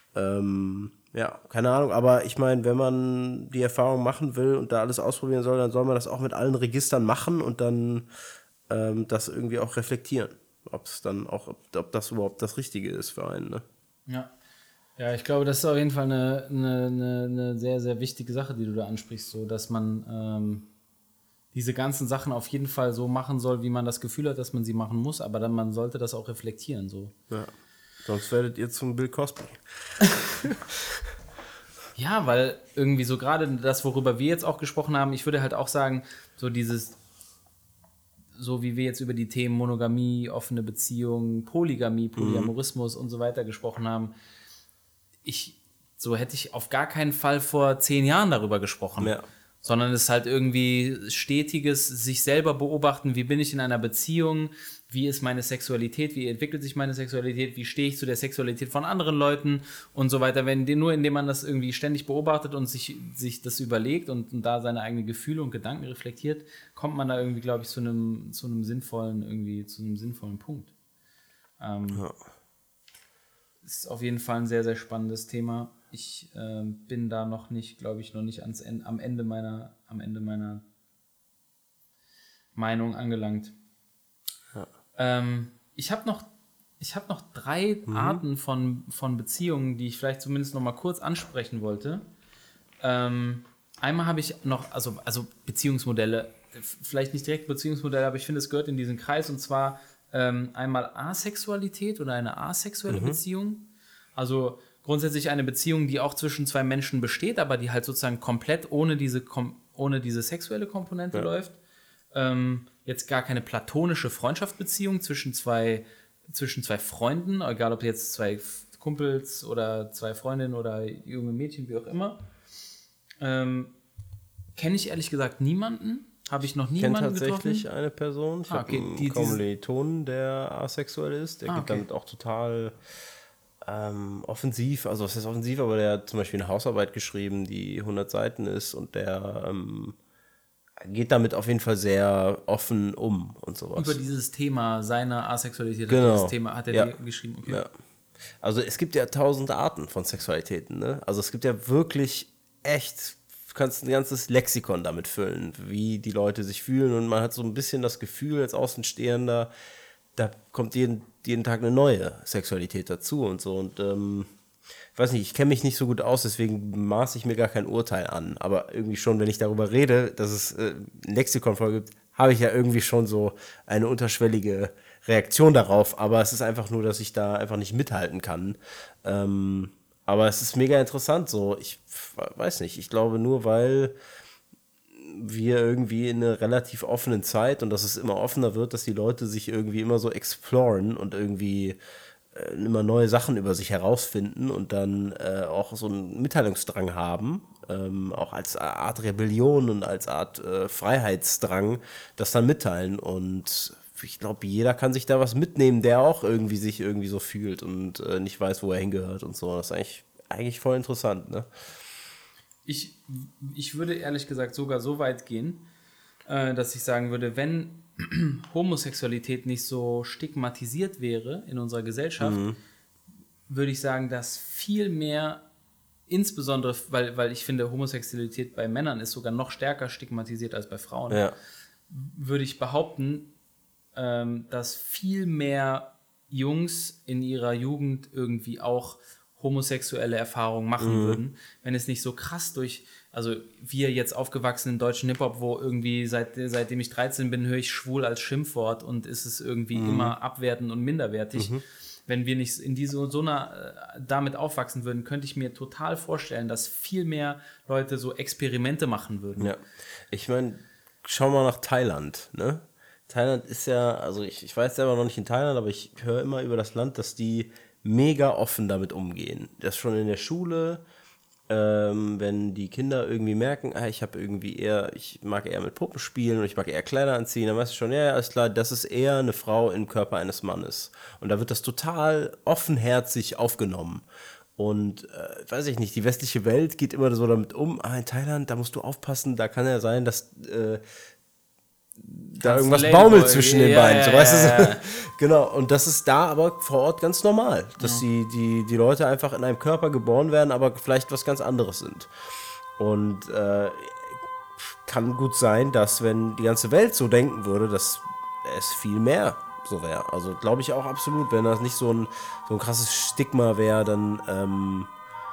Ähm, ja, keine Ahnung, aber ich meine, wenn man die Erfahrung machen will und da alles ausprobieren soll, dann soll man das auch mit allen Registern machen und dann ähm, das irgendwie auch reflektieren. Ob es dann auch, ob, ob das überhaupt das Richtige ist für einen, ne? Ja. Ja, ich glaube, das ist auf jeden Fall eine, eine, eine, eine sehr, sehr wichtige Sache, die du da ansprichst, so dass man ähm, diese ganzen Sachen auf jeden Fall so machen soll, wie man das Gefühl hat, dass man sie machen muss, aber dann man sollte das auch reflektieren. So. Ja, sonst werdet ihr zum Bill Cosby. Ja, weil irgendwie so gerade das, worüber wir jetzt auch gesprochen haben, ich würde halt auch sagen, so dieses, so wie wir jetzt über die Themen Monogamie, offene Beziehung, Polygamie, Polyamorismus mhm. und so weiter gesprochen haben, ich, so hätte ich auf gar keinen Fall vor zehn Jahren darüber gesprochen. Ja. Sondern es ist halt irgendwie stetiges sich selber beobachten, wie bin ich in einer Beziehung, wie ist meine Sexualität, wie entwickelt sich meine Sexualität, wie stehe ich zu der Sexualität von anderen Leuten und so weiter. Wenn, nur indem man das irgendwie ständig beobachtet und sich, sich das überlegt und, und da seine eigenen Gefühle und Gedanken reflektiert, kommt man da irgendwie, glaube ich, zu einem, zu einem sinnvollen, irgendwie, zu einem sinnvollen Punkt. Ähm, ja. Ist auf jeden Fall ein sehr, sehr spannendes Thema. Ich äh, bin da noch nicht, glaube ich, noch nicht ans Ende, am Ende meiner, am Ende meiner Meinung angelangt. Ja. Ähm, ich habe noch, ich habe noch drei mhm. Arten von, von Beziehungen, die ich vielleicht zumindest noch mal kurz ansprechen wollte. Ähm, einmal habe ich noch, also, also Beziehungsmodelle, vielleicht nicht direkt Beziehungsmodelle, aber ich finde, es gehört in diesen Kreis, und zwar ähm, einmal Asexualität oder eine asexuelle mhm. Beziehung. Also grundsätzlich eine Beziehung, die auch zwischen zwei Menschen besteht, aber die halt sozusagen komplett ohne diese, kom- ohne diese sexuelle Komponente ja. läuft. Ähm, jetzt gar keine platonische Freundschaftsbeziehung zwischen zwei, zwischen zwei Freunden, egal ob jetzt zwei Kumpels oder zwei Freundinnen oder junge Mädchen, wie auch immer. Ähm, kenne ich ehrlich gesagt niemanden. Habe ich noch niemanden getroffen. Ich kenne tatsächlich eine Person. Ich ah, okay. habe einen die, Kommilitonen, der asexuell ist. Der ah, geht okay. damit auch total ähm, offensiv. Also was heißt offensiv? Aber der hat zum Beispiel eine Hausarbeit geschrieben, die hundert Seiten ist. Und der ähm, geht damit auf jeden Fall sehr offen um und sowas. Über dieses Thema seiner Asexualität genau. hat, dieses Thema, hat er ja. geschrieben. Okay. Ja. Also es gibt ja tausend Arten von Sexualitäten. Ne? Also es gibt ja wirklich echt du kannst ein ganzes Lexikon damit füllen, wie die Leute sich fühlen und man hat so ein bisschen das Gefühl als Außenstehender, da kommt jeden, jeden Tag eine neue Sexualität dazu und so und ähm, ich weiß nicht, ich kenne mich nicht so gut aus, deswegen maße ich mir gar kein Urteil an, aber irgendwie schon, wenn ich darüber rede, dass es äh, ein Lexikon gibt, habe ich ja irgendwie schon so eine unterschwellige Reaktion darauf, aber es ist einfach nur, dass ich da einfach nicht mithalten kann. Ähm, aber es ist mega interessant so, ich weiß nicht, ich glaube nur, weil wir irgendwie in einer relativ offenen Zeit und dass es immer offener wird, dass die Leute sich irgendwie immer so exploren und irgendwie äh, immer neue Sachen über sich herausfinden und dann äh, auch so einen Mitteilungsdrang haben, ähm, auch als Art Rebellion und als Art äh, Freiheitsdrang, das dann mitteilen und ich glaube, jeder kann sich da was mitnehmen, der auch irgendwie sich irgendwie so fühlt und äh, nicht weiß, wo er hingehört und so. Das ist eigentlich, eigentlich voll interessant, ne? Ich, ich würde ehrlich gesagt sogar so weit gehen, äh, dass ich sagen würde, wenn Homosexualität nicht so stigmatisiert wäre in unserer Gesellschaft, mhm. würde ich sagen, dass viel mehr, insbesondere, weil, weil ich finde, Homosexualität bei Männern ist sogar noch stärker stigmatisiert als bei Frauen, ja. würde ich behaupten, ähm, dass viel mehr Jungs in ihrer Jugend irgendwie auch homosexuelle Erfahrungen machen mhm. würden, wenn es nicht so krass durch, also wir jetzt aufgewachsen im deutschen Hip-Hop, wo irgendwie seit, seitdem ich dreizehn bin, höre ich schwul als Schimpfwort und ist es irgendwie mhm. immer abwertend und minderwertig. Mhm. Wenn wir nicht in diese so einer damit aufwachsen würden, könnte ich mir total vorstellen, dass viel mehr Leute so Experimente machen würden. Ja, ich meine, schau mal nach Thailand, ne? Thailand ist ja, also ich, ich weiß selber noch nicht in Thailand, aber ich höre immer über das Land, dass die mega offen damit umgehen. Das schon in der Schule, ähm, wenn die Kinder irgendwie merken, ah, ich habe irgendwie eher, ich mag eher mit Puppen spielen und ich mag eher Kleider anziehen, dann weißt du schon, ja, ja, alles klar, das ist eher eine Frau im Körper eines Mannes. Und da wird das total offenherzig aufgenommen. Und äh, weiß ich nicht, die westliche Welt geht immer so damit um, ah, in Thailand, da musst du aufpassen, da kann ja sein, dass äh, da irgendwas baumelt zwischen den ja, Beinen, so ja, weißt ja, du? ja. Genau, und das ist da aber vor Ort ganz normal, dass ja. die, die, die Leute einfach in einem Körper geboren werden, aber vielleicht was ganz anderes sind. Und äh, kann gut sein, dass wenn die ganze Welt so denken würde, dass es viel mehr so wäre. Also glaube ich auch absolut, wenn das nicht so ein, so ein krasses Stigma wäre, dann ähm,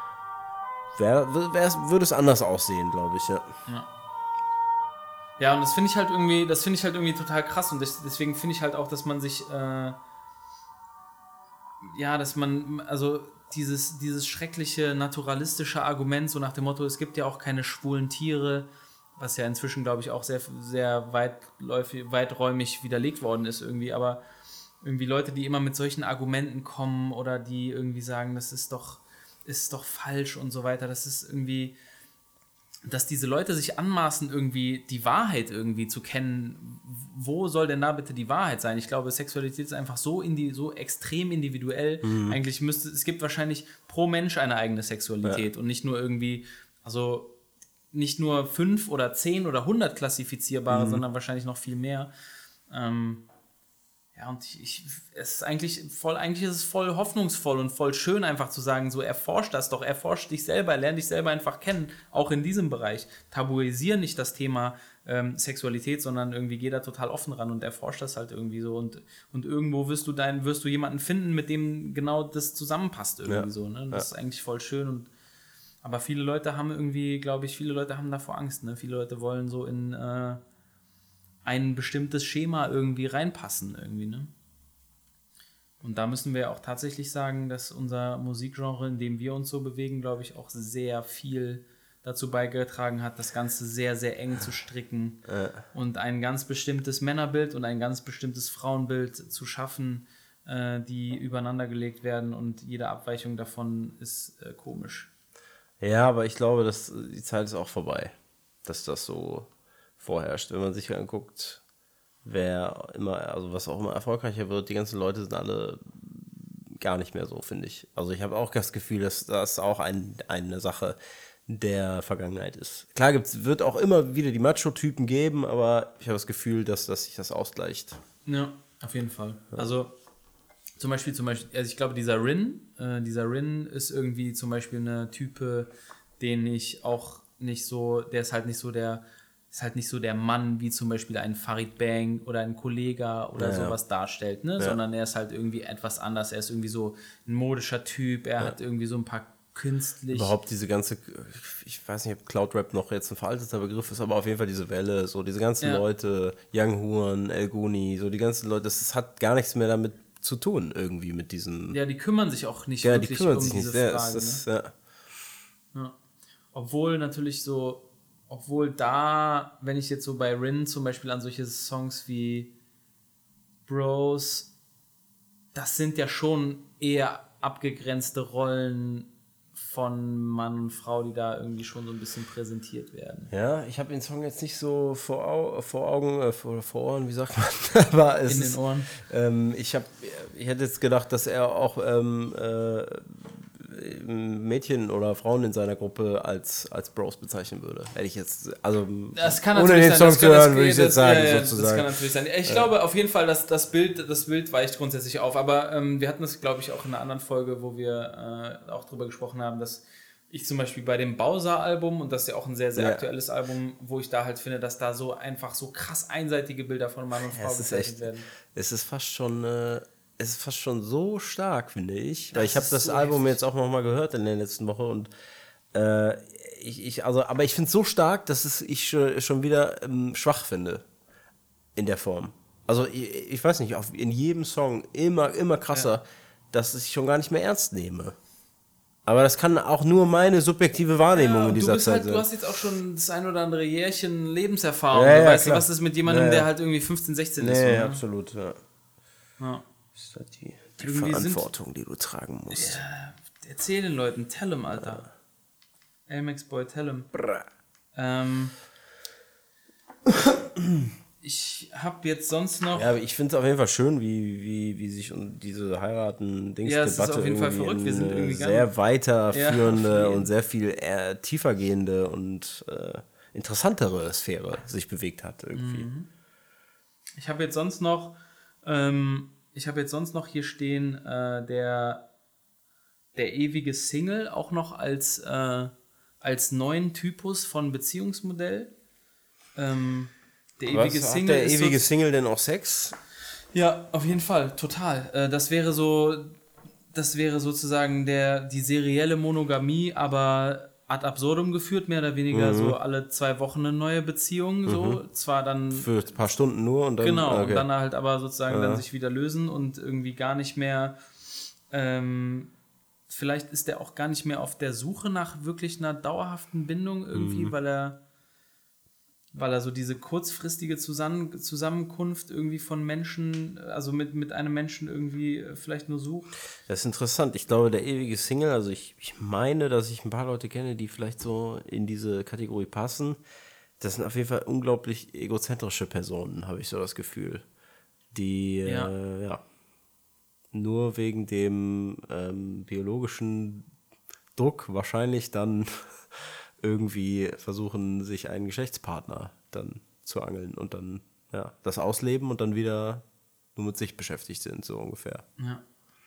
wär, wär, würde es anders aussehen, glaube ich, ja. Ja. Ja, und das finde ich halt irgendwie, das finde ich halt irgendwie total krass und das, deswegen finde ich halt auch, dass man sich, äh, ja, dass man, also dieses, dieses schreckliche naturalistische Argument, so nach dem Motto, es gibt ja auch keine schwulen Tiere, was ja inzwischen, glaube ich, auch sehr, sehr weitläufig, weiträumig widerlegt worden ist irgendwie, aber irgendwie Leute, die immer mit solchen Argumenten kommen oder die irgendwie sagen, das ist doch, ist doch falsch und so weiter, das ist irgendwie, dass diese Leute sich anmaßen, irgendwie die Wahrheit irgendwie zu kennen. Wo soll denn da bitte die Wahrheit sein? Ich glaube, Sexualität ist einfach so, indi- so extrem individuell. Mhm. Eigentlich müsste, es gibt wahrscheinlich pro Mensch eine eigene Sexualität ja. und nicht nur irgendwie, also nicht nur fünf oder zehn oder hundert klassifizierbare, mhm. sondern wahrscheinlich noch viel mehr. Ähm, Ja, und ich, ich, es ist eigentlich voll, eigentlich ist es voll hoffnungsvoll und voll schön, einfach zu sagen, so erforscht das doch, erforscht dich selber, lern dich selber einfach kennen, auch in diesem Bereich. Tabuisier nicht das Thema ähm, Sexualität, sondern irgendwie geh da total offen ran und erforscht das halt irgendwie so und, und irgendwo wirst du dein, wirst du jemanden finden, mit dem genau das zusammenpasst irgendwie ja. so, ne? Das ja. ist eigentlich voll schön und aber viele Leute haben irgendwie, glaube ich, viele Leute haben davor Angst, ne? Viele Leute wollen so in äh, ein bestimmtes Schema irgendwie reinpassen irgendwie, ne? Und da müssen wir auch tatsächlich sagen, dass unser Musikgenre, in dem wir uns so bewegen, glaube ich, auch sehr viel dazu beigetragen hat, das Ganze sehr, sehr eng zu stricken äh. und ein ganz bestimmtes Männerbild und ein ganz bestimmtes Frauenbild zu schaffen, äh, die übereinander gelegt werden und jede Abweichung davon ist äh, komisch. Ja, aber ich glaube, dass die Zeit ist auch vorbei, dass das so vorherrscht. Wenn man sich anguckt, wer immer, also was auch immer erfolgreicher wird, die ganzen Leute sind alle gar nicht mehr so, finde ich. Also ich habe auch das Gefühl, dass das auch ein, eine Sache der Vergangenheit ist. Klar gibt's, wird auch immer wieder die Macho-Typen geben, aber ich habe das Gefühl, dass, dass sich das ausgleicht. Ja, auf jeden Fall. Ja. Also zum Beispiel, zum Beispiel, also ich glaube, dieser Rin, äh, dieser Rin ist irgendwie zum Beispiel eine Type, den ich auch nicht so, der ist halt nicht so der, ist halt nicht so der Mann, wie zum Beispiel ein Farid Bang oder ein Kollega oder Ja, ja. sowas darstellt, ne? Ja. Sondern er ist halt irgendwie etwas anders. Er ist irgendwie so ein modischer Typ, er Ja. hat irgendwie so ein paar künstlich. Überhaupt diese ganze, ich weiß nicht, ob Cloud-Rap noch jetzt ein veralteter Begriff ist, aber auf jeden Fall diese Welle, so diese ganzen Ja. Leute, Young Horn, El Guni, so die ganzen Leute, das, das hat gar nichts mehr damit zu tun, irgendwie mit diesen. Ja, die kümmern sich auch nicht Ja, die wirklich kümmern um sich diese nicht. Ja, Frage. es ist, ne? ja. Ja. Obwohl natürlich so, obwohl da, wenn ich jetzt so bei Rin zum Beispiel an solche Songs wie Bros, das sind ja schon eher abgegrenzte Rollen von Mann und Frau, die da irgendwie schon so ein bisschen präsentiert werden. Ja, ich habe den Song jetzt nicht so vor, Au vor Augen, äh, vor, vor Ohren, wie sagt man, aber es In ist, den Ohren. Ähm, ich, hab, ich hätte jetzt gedacht, dass er auch ähm, äh, Mädchen oder Frauen in seiner Gruppe als, als Bros bezeichnen würde. Hätte ich jetzt, also Das kann ohne natürlich den sein, Song das zu kann- das- hören, würde ich das- jetzt sagen, ja, ja, sozusagen. Das kann natürlich sein. Ich glaube auf jeden Fall, dass das Bild, das Bild weicht grundsätzlich auf. Aber ähm, wir hatten das, glaube ich, auch in einer anderen Folge, wo wir äh, auch drüber gesprochen haben, dass ich zum Beispiel bei dem Bowser-Album, und das ist ja auch ein sehr, sehr Ja. aktuelles Album, wo ich da halt finde, dass da so einfach so krass einseitige Bilder von Mann und Ja, Frau es ist gezeichnet echt, werden. es ist fast schon, äh, es ist fast schon so stark, finde ich. Weil Das ich habe ist das so Album heftig. jetzt auch nochmal gehört in der letzten Woche und äh, ich, ich, also, aber ich finde es so stark, dass es ich schon, schon wieder ähm, schwach finde in der Form. Also ich, ich weiß nicht, auf, in jedem Song immer, immer krasser, Ja. dass ich schon gar nicht mehr ernst nehme. Aber das kann auch nur meine subjektive Wahrnehmung Ja, in und du, dieser bist Zeit halt, sein. du hast jetzt auch schon das ein oder andere Jährchen Lebenserfahrung. Ja, du ja, weißt klar. du, was ist mit jemandem, Ja, ja. der halt irgendwie fünfzehn, sechzehn ist. Nee, so, ne? absolut, ja. Ja. Das ist halt die, die Irgendwie sind- Verantwortung, die du tragen musst. Erzähl den Leuten, tell 'em, Alter. Elmex Boy, tell 'em. Brr. Ähm, ich hab jetzt sonst noch. Ja, aber ich finde es auf jeden Fall schön, wie, wie, wie sich um diese heiraten Ja, es ist Debatte auf jeden Fall irgendwie verrückt. Wir in sind eine irgendwie sehr ganz- weiterführende Ja, auf jeden. und sehr viel äh, tiefergehende und äh, interessantere Sphäre sich bewegt hat irgendwie. Mhm. Ich habe jetzt sonst noch, ähm, ich habe jetzt sonst noch hier stehen, äh, der, der ewige Single auch noch als, äh, als neuen Typus von Beziehungsmodell. Ähm, der ewige Was, Single hat der ist ewige so, Single denn auch Sex? ja, auf jeden Fall, total. Äh, das wäre so, das wäre sozusagen der, die serielle Monogamie, aber ad absurdum geführt, mehr oder weniger so alle zwei Wochen eine neue Beziehung, so. Zwar dann Für ein paar Stunden nur und dann. Genau, okay. und dann halt aber sozusagen Ja. dann sich wieder lösen und irgendwie gar nicht mehr, ähm, vielleicht ist er auch gar nicht mehr auf der Suche nach wirklich einer dauerhaften Bindung irgendwie, Mhm. weil er weil er so diese kurzfristige Zusammen Zusammenkunft irgendwie von Menschen, also mit, mit einem Menschen irgendwie äh, vielleicht nur sucht. Das ist interessant. Ich glaube, der ewige Single, also ich, ich meine, dass ich ein paar Leute kenne, die vielleicht so in diese Kategorie passen. Das sind auf jeden Fall unglaublich egozentrische Personen, habe ich so das Gefühl. Die, Ja. Äh, ja, nur wegen dem ähm, biologischen Druck wahrscheinlich dann irgendwie versuchen, sich einen Geschlechtspartner dann zu angeln und dann, ja, das ausleben und dann wieder nur mit sich beschäftigt sind, so ungefähr. Ja.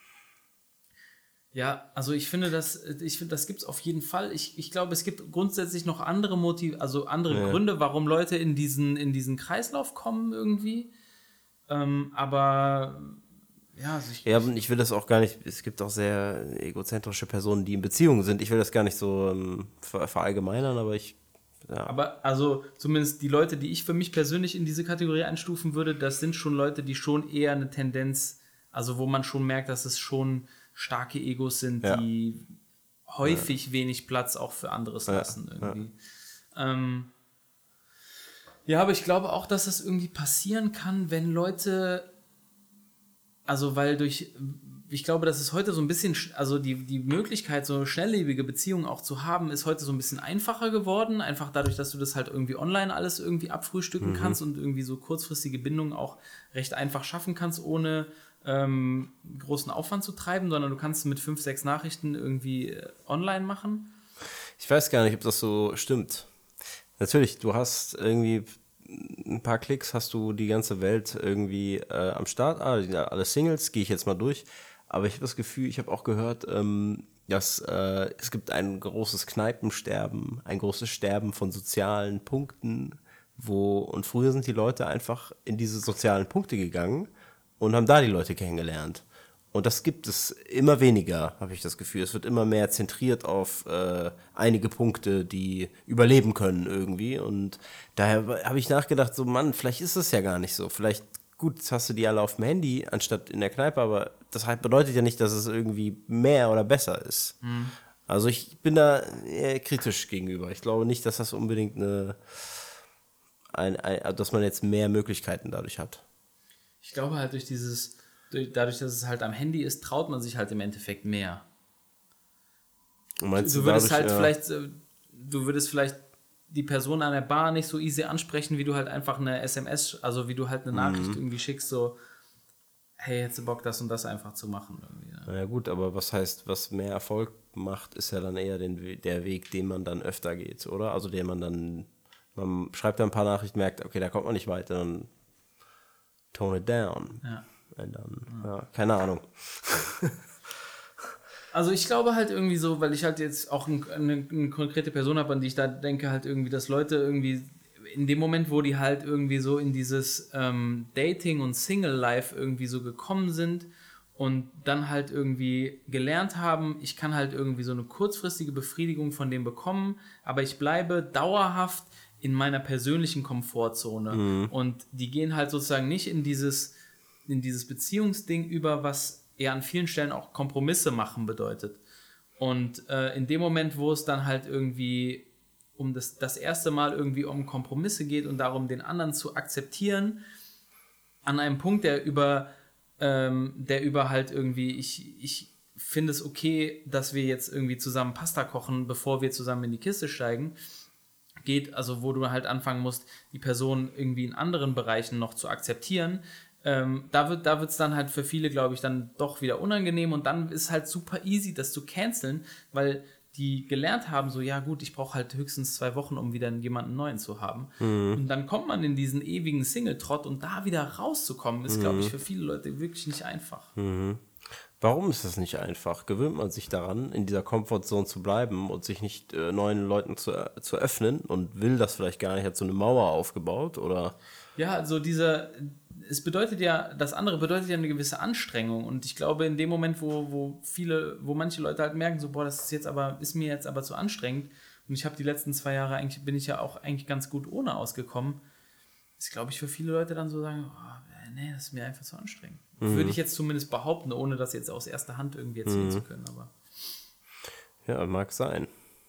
Ja, also ich finde, das, ich finde, das gibt es auf jeden Fall. Ich, ich glaube, es gibt grundsätzlich noch andere Motiv, also andere Ja. Gründe, warum Leute in diesen, in diesen Kreislauf kommen irgendwie. Ähm, aber ja, also ich, Ja, und ich will das auch gar nicht, es gibt auch sehr egozentrische Personen, die in Beziehungen sind. Ich will das gar nicht so ähm, ver verallgemeinern, aber ich, ja. aber also zumindest die Leute, die ich für mich persönlich in diese Kategorie einstufen würde, das sind schon Leute, die schon eher eine Tendenz, also wo man schon merkt, dass es schon starke Egos sind, Ja. die häufig wenig Platz auch für anderes Ja, lassen irgendwie. Ähm, ja, aber ich glaube auch, dass das irgendwie passieren kann, wenn Leute, also weil durch, ich glaube, dass es heute so ein bisschen, sch- also die, die Möglichkeit, so schnelllebige Beziehungen auch zu haben, ist heute so ein bisschen einfacher geworden. Einfach dadurch, dass du das halt irgendwie online alles irgendwie abfrühstücken kannst und irgendwie so kurzfristige Bindungen auch recht einfach schaffen kannst, ohne ähm, großen Aufwand zu treiben, sondern du kannst mit fünf, sechs Nachrichten irgendwie äh, online machen. Ich weiß gar nicht, ob das so stimmt. Natürlich, du hast irgendwie ein paar Klicks, hast du die ganze Welt irgendwie äh, am Start. Ah, die sind ja alle Singles, gehe ich jetzt mal durch. Aber ich habe das Gefühl, ich habe auch gehört, ähm, dass äh, es gibt ein großes Kneipensterben, ein großes Sterben von sozialen Punkten, wo, und früher sind die Leute einfach in diese sozialen Punkte gegangen und haben da die Leute kennengelernt. Und das gibt es immer weniger, habe ich das Gefühl. Es wird immer mehr zentriert auf äh, einige Punkte, die überleben können irgendwie. Und daher habe ich nachgedacht, so Mann, vielleicht ist es ja gar nicht so. Vielleicht, gut, jetzt hast du die alle auf dem Handy, anstatt in der Kneipe, aber das halt bedeutet ja nicht, dass es irgendwie mehr oder besser ist. Mhm. Also ich bin da eher kritisch gegenüber. Ich glaube nicht, dass das unbedingt eine, ein, ein, dass man jetzt mehr Möglichkeiten dadurch hat. Ich glaube halt durch dieses dadurch, dass es halt am Handy ist, traut man sich halt im Endeffekt mehr. Du, meinst, du würdest dadurch, halt ja. vielleicht, du würdest vielleicht die Person an der Bar nicht so easy ansprechen, wie du halt einfach eine S M S, also wie du halt eine Nachricht mhm. irgendwie schickst, so, hey, hättest du Bock, das und das einfach zu machen. Irgendwie, ne? Naja gut, aber was heißt, was mehr Erfolg macht, ist ja dann eher den, der Weg, den man dann öfter geht, oder? Also den man dann, man schreibt dann ein paar Nachrichten, merkt, okay, da kommt man nicht weiter, dann tone it down. Ja. Und dann, ja. ja, keine Ahnung. Also ich glaube halt irgendwie so, weil ich halt jetzt auch ein, eine, eine konkrete Person habe, an die ich da denke, halt irgendwie, dass Leute irgendwie in dem Moment, wo die halt irgendwie so in dieses ähm, Dating- und Single-Life irgendwie so gekommen sind und dann halt irgendwie gelernt haben, ich kann halt irgendwie so eine kurzfristige Befriedigung von dem bekommen, aber ich bleibe dauerhaft in meiner persönlichen Komfortzone. Mhm. Und die gehen halt sozusagen nicht in dieses in dieses Beziehungsding über, was eher an vielen Stellen auch Kompromisse machen bedeutet. Und äh, in dem Moment, wo es dann halt irgendwie um das, das erste Mal irgendwie um Kompromisse geht und darum, den anderen zu akzeptieren, an einem Punkt, der über, ähm, der über halt irgendwie, ich, ich finde es okay, dass wir jetzt irgendwie zusammen Pasta kochen, bevor wir zusammen in die Kiste steigen, geht, also wo du halt anfangen musst, die Person irgendwie in anderen Bereichen noch zu akzeptieren. Ähm, da wird da wird's dann halt für viele, glaube ich, dann doch wieder unangenehm und dann ist halt super easy, das zu canceln, weil die gelernt haben, so ja gut, ich brauche halt höchstens zwei Wochen, um wieder jemanden Neuen zu haben. Mhm. Und dann kommt man in diesen ewigen Single-Trott und da wieder rauszukommen, ist, mhm. glaube ich, für viele Leute wirklich nicht einfach. Mhm. Warum ist das nicht einfach? Gewöhnt man sich daran, in dieser Comfortzone zu bleiben und sich nicht äh, neuen Leuten zu, äh, zu öffnen und will das vielleicht gar nicht, hat so eine Mauer aufgebaut, oder? Ja, also dieser, es bedeutet ja, das andere bedeutet ja eine gewisse Anstrengung und ich glaube, in dem Moment, wo, wo viele, wo manche Leute halt merken, so, boah, das ist jetzt aber, ist mir jetzt aber zu anstrengend und ich habe die letzten zwei Jahre eigentlich, bin ich ja auch eigentlich ganz gut ohne ausgekommen, ist, glaube ich, für viele Leute dann so sagen, oh, nee, das ist mir einfach zu anstrengend. Mhm. Würde ich jetzt zumindest behaupten, ohne das jetzt aus erster Hand irgendwie erzählen mhm. zu können, aber. Ja, mag sein.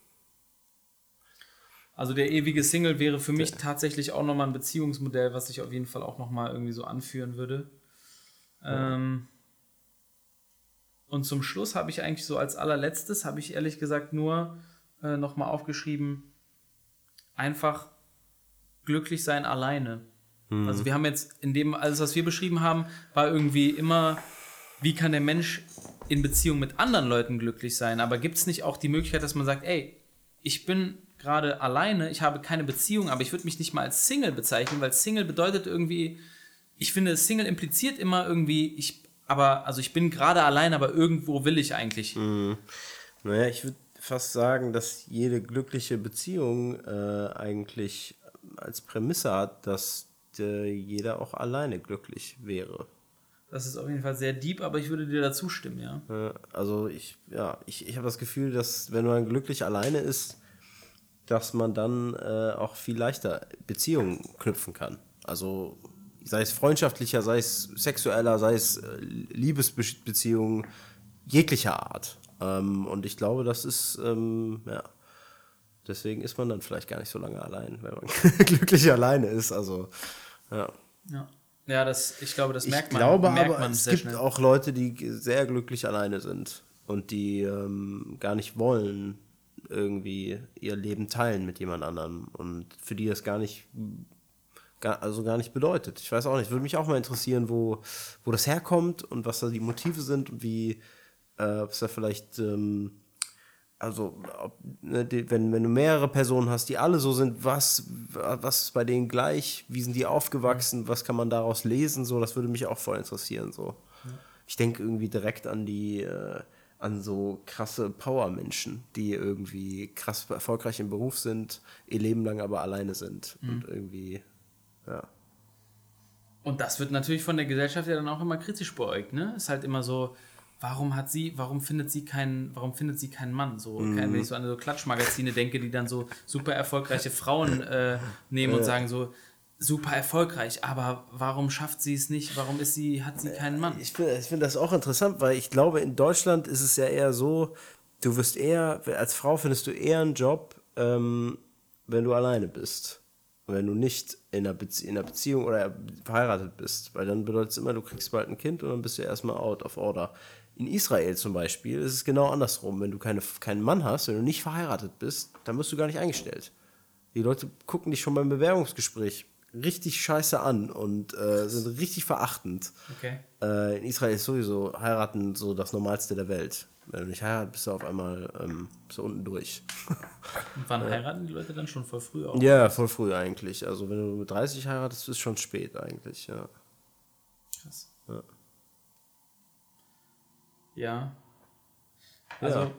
Also der ewige Single wäre für mich tatsächlich auch nochmal ein Beziehungsmodell, was ich auf jeden Fall auch nochmal irgendwie so anführen würde. Ja. Ähm, und zum Schluss habe ich eigentlich so als allerletztes, habe ich ehrlich gesagt nur äh, nochmal aufgeschrieben, einfach glücklich sein alleine. Mhm. Also wir haben jetzt in dem, alles was wir beschrieben haben, war irgendwie immer, wie kann der Mensch in Beziehung mit anderen Leuten glücklich sein? Aber gibt es nicht auch die Möglichkeit, dass man sagt, ey, ich bin gerade alleine, ich habe keine Beziehung, aber ich würde mich nicht mal als Single bezeichnen, weil Single bedeutet irgendwie, ich finde, Single impliziert immer irgendwie, ich, aber, also ich bin gerade allein, aber irgendwo will ich eigentlich. Mhm. Naja, ich würde fast sagen, dass jede glückliche Beziehung äh, eigentlich als Prämisse hat, dass äh, jeder auch alleine glücklich wäre. Das ist auf jeden Fall sehr deep, aber ich würde dir dazu stimmen, ja. Äh, also ich, ja, ich, ich habe das Gefühl, dass wenn man glücklich alleine ist, dass man dann äh, auch viel leichter Beziehungen knüpfen kann. Also sei es freundschaftlicher, sei es sexueller, sei es äh, Liebesbeziehungen jeglicher Art. Ähm, und ich glaube, das ist, ähm, ja, deswegen ist man dann vielleicht gar nicht so lange allein, wenn man glücklich alleine ist. Also, ja. Ja, ja das, ich glaube, das merkt ich man. Ich glaube merkt aber, man es sehr gibt schnell. auch Leute, die sehr glücklich alleine sind und die ähm, gar nicht wollen, irgendwie ihr Leben teilen mit jemand anderem und für die das gar nicht gar, also gar nicht bedeutet. Ich weiß auch nicht, würde mich auch mal interessieren, wo, wo das herkommt und was da die Motive sind und wie äh, ob es da vielleicht ähm, also ob, ne, die, wenn, wenn du mehrere Personen hast, die alle so sind, was, was ist bei denen gleich, wie sind die aufgewachsen, mhm. was kann man daraus lesen, so, das würde mich auch voll interessieren. So. Mhm. Ich denke irgendwie direkt an die äh, an so krasse Power-Menschen, die irgendwie krass erfolgreich im Beruf sind, ihr Leben lang aber alleine sind. Mhm. Und irgendwie, ja. Und das wird natürlich von der Gesellschaft ja dann auch immer kritisch beäugt, ne? Ist halt immer so, warum hat sie, warum findet sie keinen, warum findet sie keinen Mann? So, mhm. kein, wenn ich so an so Klatschmagazine denke, die dann so super erfolgreiche Frauen äh, nehmen ja. und sagen so, super erfolgreich, aber warum schafft sie es nicht? Warum ist sie, hat sie keinen Mann? Ich finde ich find das auch interessant, weil ich glaube, in Deutschland ist es ja eher so, du wirst eher, als Frau findest du eher einen Job, ähm, wenn du alleine bist. Wenn du nicht in einer, Bezie- in einer Beziehung oder verheiratet bist. Weil dann bedeutet es immer, du kriegst bald ein Kind und dann bist du erstmal out of order. In Israel zum Beispiel ist es genau andersrum. Wenn du keine, keinen Mann hast, wenn du nicht verheiratet bist, dann wirst du gar nicht eingestellt. Die Leute gucken dich schon beim Bewerbungsgespräch richtig scheiße an und äh, sind richtig verachtend. Okay. Äh, in Israel ist sowieso heiraten so das Normalste der Welt. Wenn du nicht heiratest, bist du auf einmal ähm, bist du unten durch. Und wann heiraten die Leute dann schon voll früh auch? Ja, voll früh eigentlich. Also wenn du mit dreißig heiratest, ist schon spät eigentlich, ja. Krass. Ja. Ja. Also ja.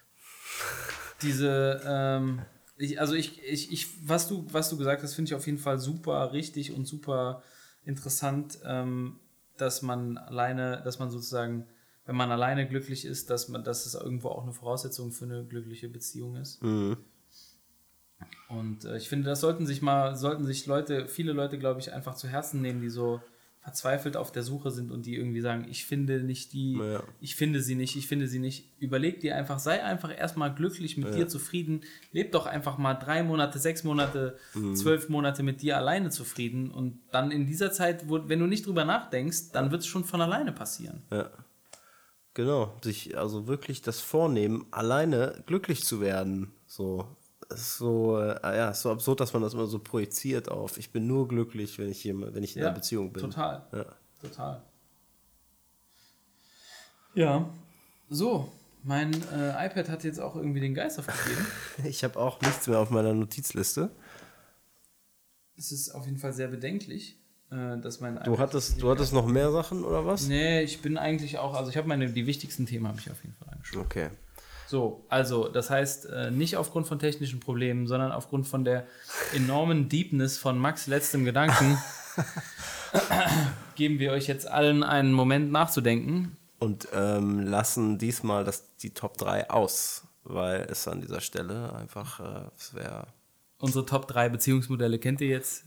diese ähm, Ich, also ich, ich, ich, was du, was du gesagt hast, finde ich auf jeden Fall super richtig und super interessant, ähm, dass man alleine, dass man sozusagen, wenn man alleine glücklich ist, dass man, dass es irgendwo auch eine Voraussetzung für eine glückliche Beziehung ist. Mhm. Und äh, ich finde, das sollten sich mal, sollten sich Leute, viele Leute, glaube ich, einfach zu Herzen nehmen, die so verzweifelt auf der Suche sind und die irgendwie sagen, ich finde nicht die, ja. ich finde sie nicht, ich finde sie nicht. Überleg dir einfach, sei einfach erstmal glücklich mit ja. dir zufrieden, leb doch einfach mal drei Monate, sechs Monate, mhm. zwölf Monate mit dir alleine zufrieden und dann in dieser Zeit, wo, wenn du nicht drüber nachdenkst, dann wird es schon von alleine passieren. Ja, genau, sich also wirklich das vornehmen, alleine glücklich zu werden, so. Es ist so, äh, ja, so absurd, dass man das immer so projiziert auf. Ich bin nur glücklich, wenn ich, hier, wenn ich in ja, einer Beziehung bin. Total. Ja, total. Ja, so, mein äh, iPad hat jetzt auch irgendwie den Geist aufgegeben. Ich habe auch nichts mehr auf meiner Notizliste. Es ist auf jeden Fall sehr bedenklich, äh, dass mein Du iPad hattest, du hattest noch mehr Sachen, oder was? Nee, ich bin eigentlich auch, also ich habe meine, die wichtigsten Themen habe ich auf jeden Fall angeschaut. Okay. So, also das heißt, äh, nicht aufgrund von technischen Problemen, sondern aufgrund von der enormen Deepness von Max' letztem Gedanken geben wir euch jetzt allen einen Moment nachzudenken. Und ähm, lassen diesmal das, die Top drei aus, weil es an dieser Stelle einfach, äh, es wäre... Unsere Top drei Beziehungsmodelle kennt ihr jetzt.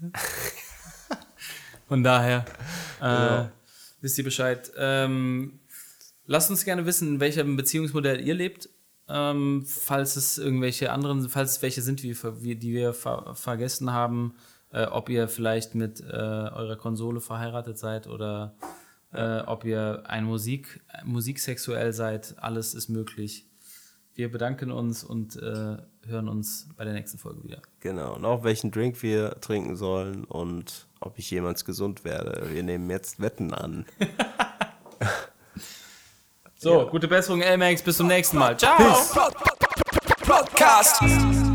Von daher äh, genau. wisst ihr Bescheid. Ähm, lasst uns gerne wissen, in welchem Beziehungsmodell ihr lebt. Ähm, falls es irgendwelche anderen, falls es welche sind, wie, wie, die wir ver- vergessen haben, äh, ob ihr vielleicht mit äh, eurer Konsole verheiratet seid oder äh, ob ihr ein Musik, musiksexuell seid, alles ist möglich. Wir bedanken uns und äh, hören uns bei der nächsten Folge wieder. Genau, und auch welchen Drink wir trinken sollen und ob ich jemals gesund werde. Wir nehmen jetzt Wetten an. So, ja. Gute Besserung, L-Max. Bis zum nächsten Mal. Ciao. Podcast.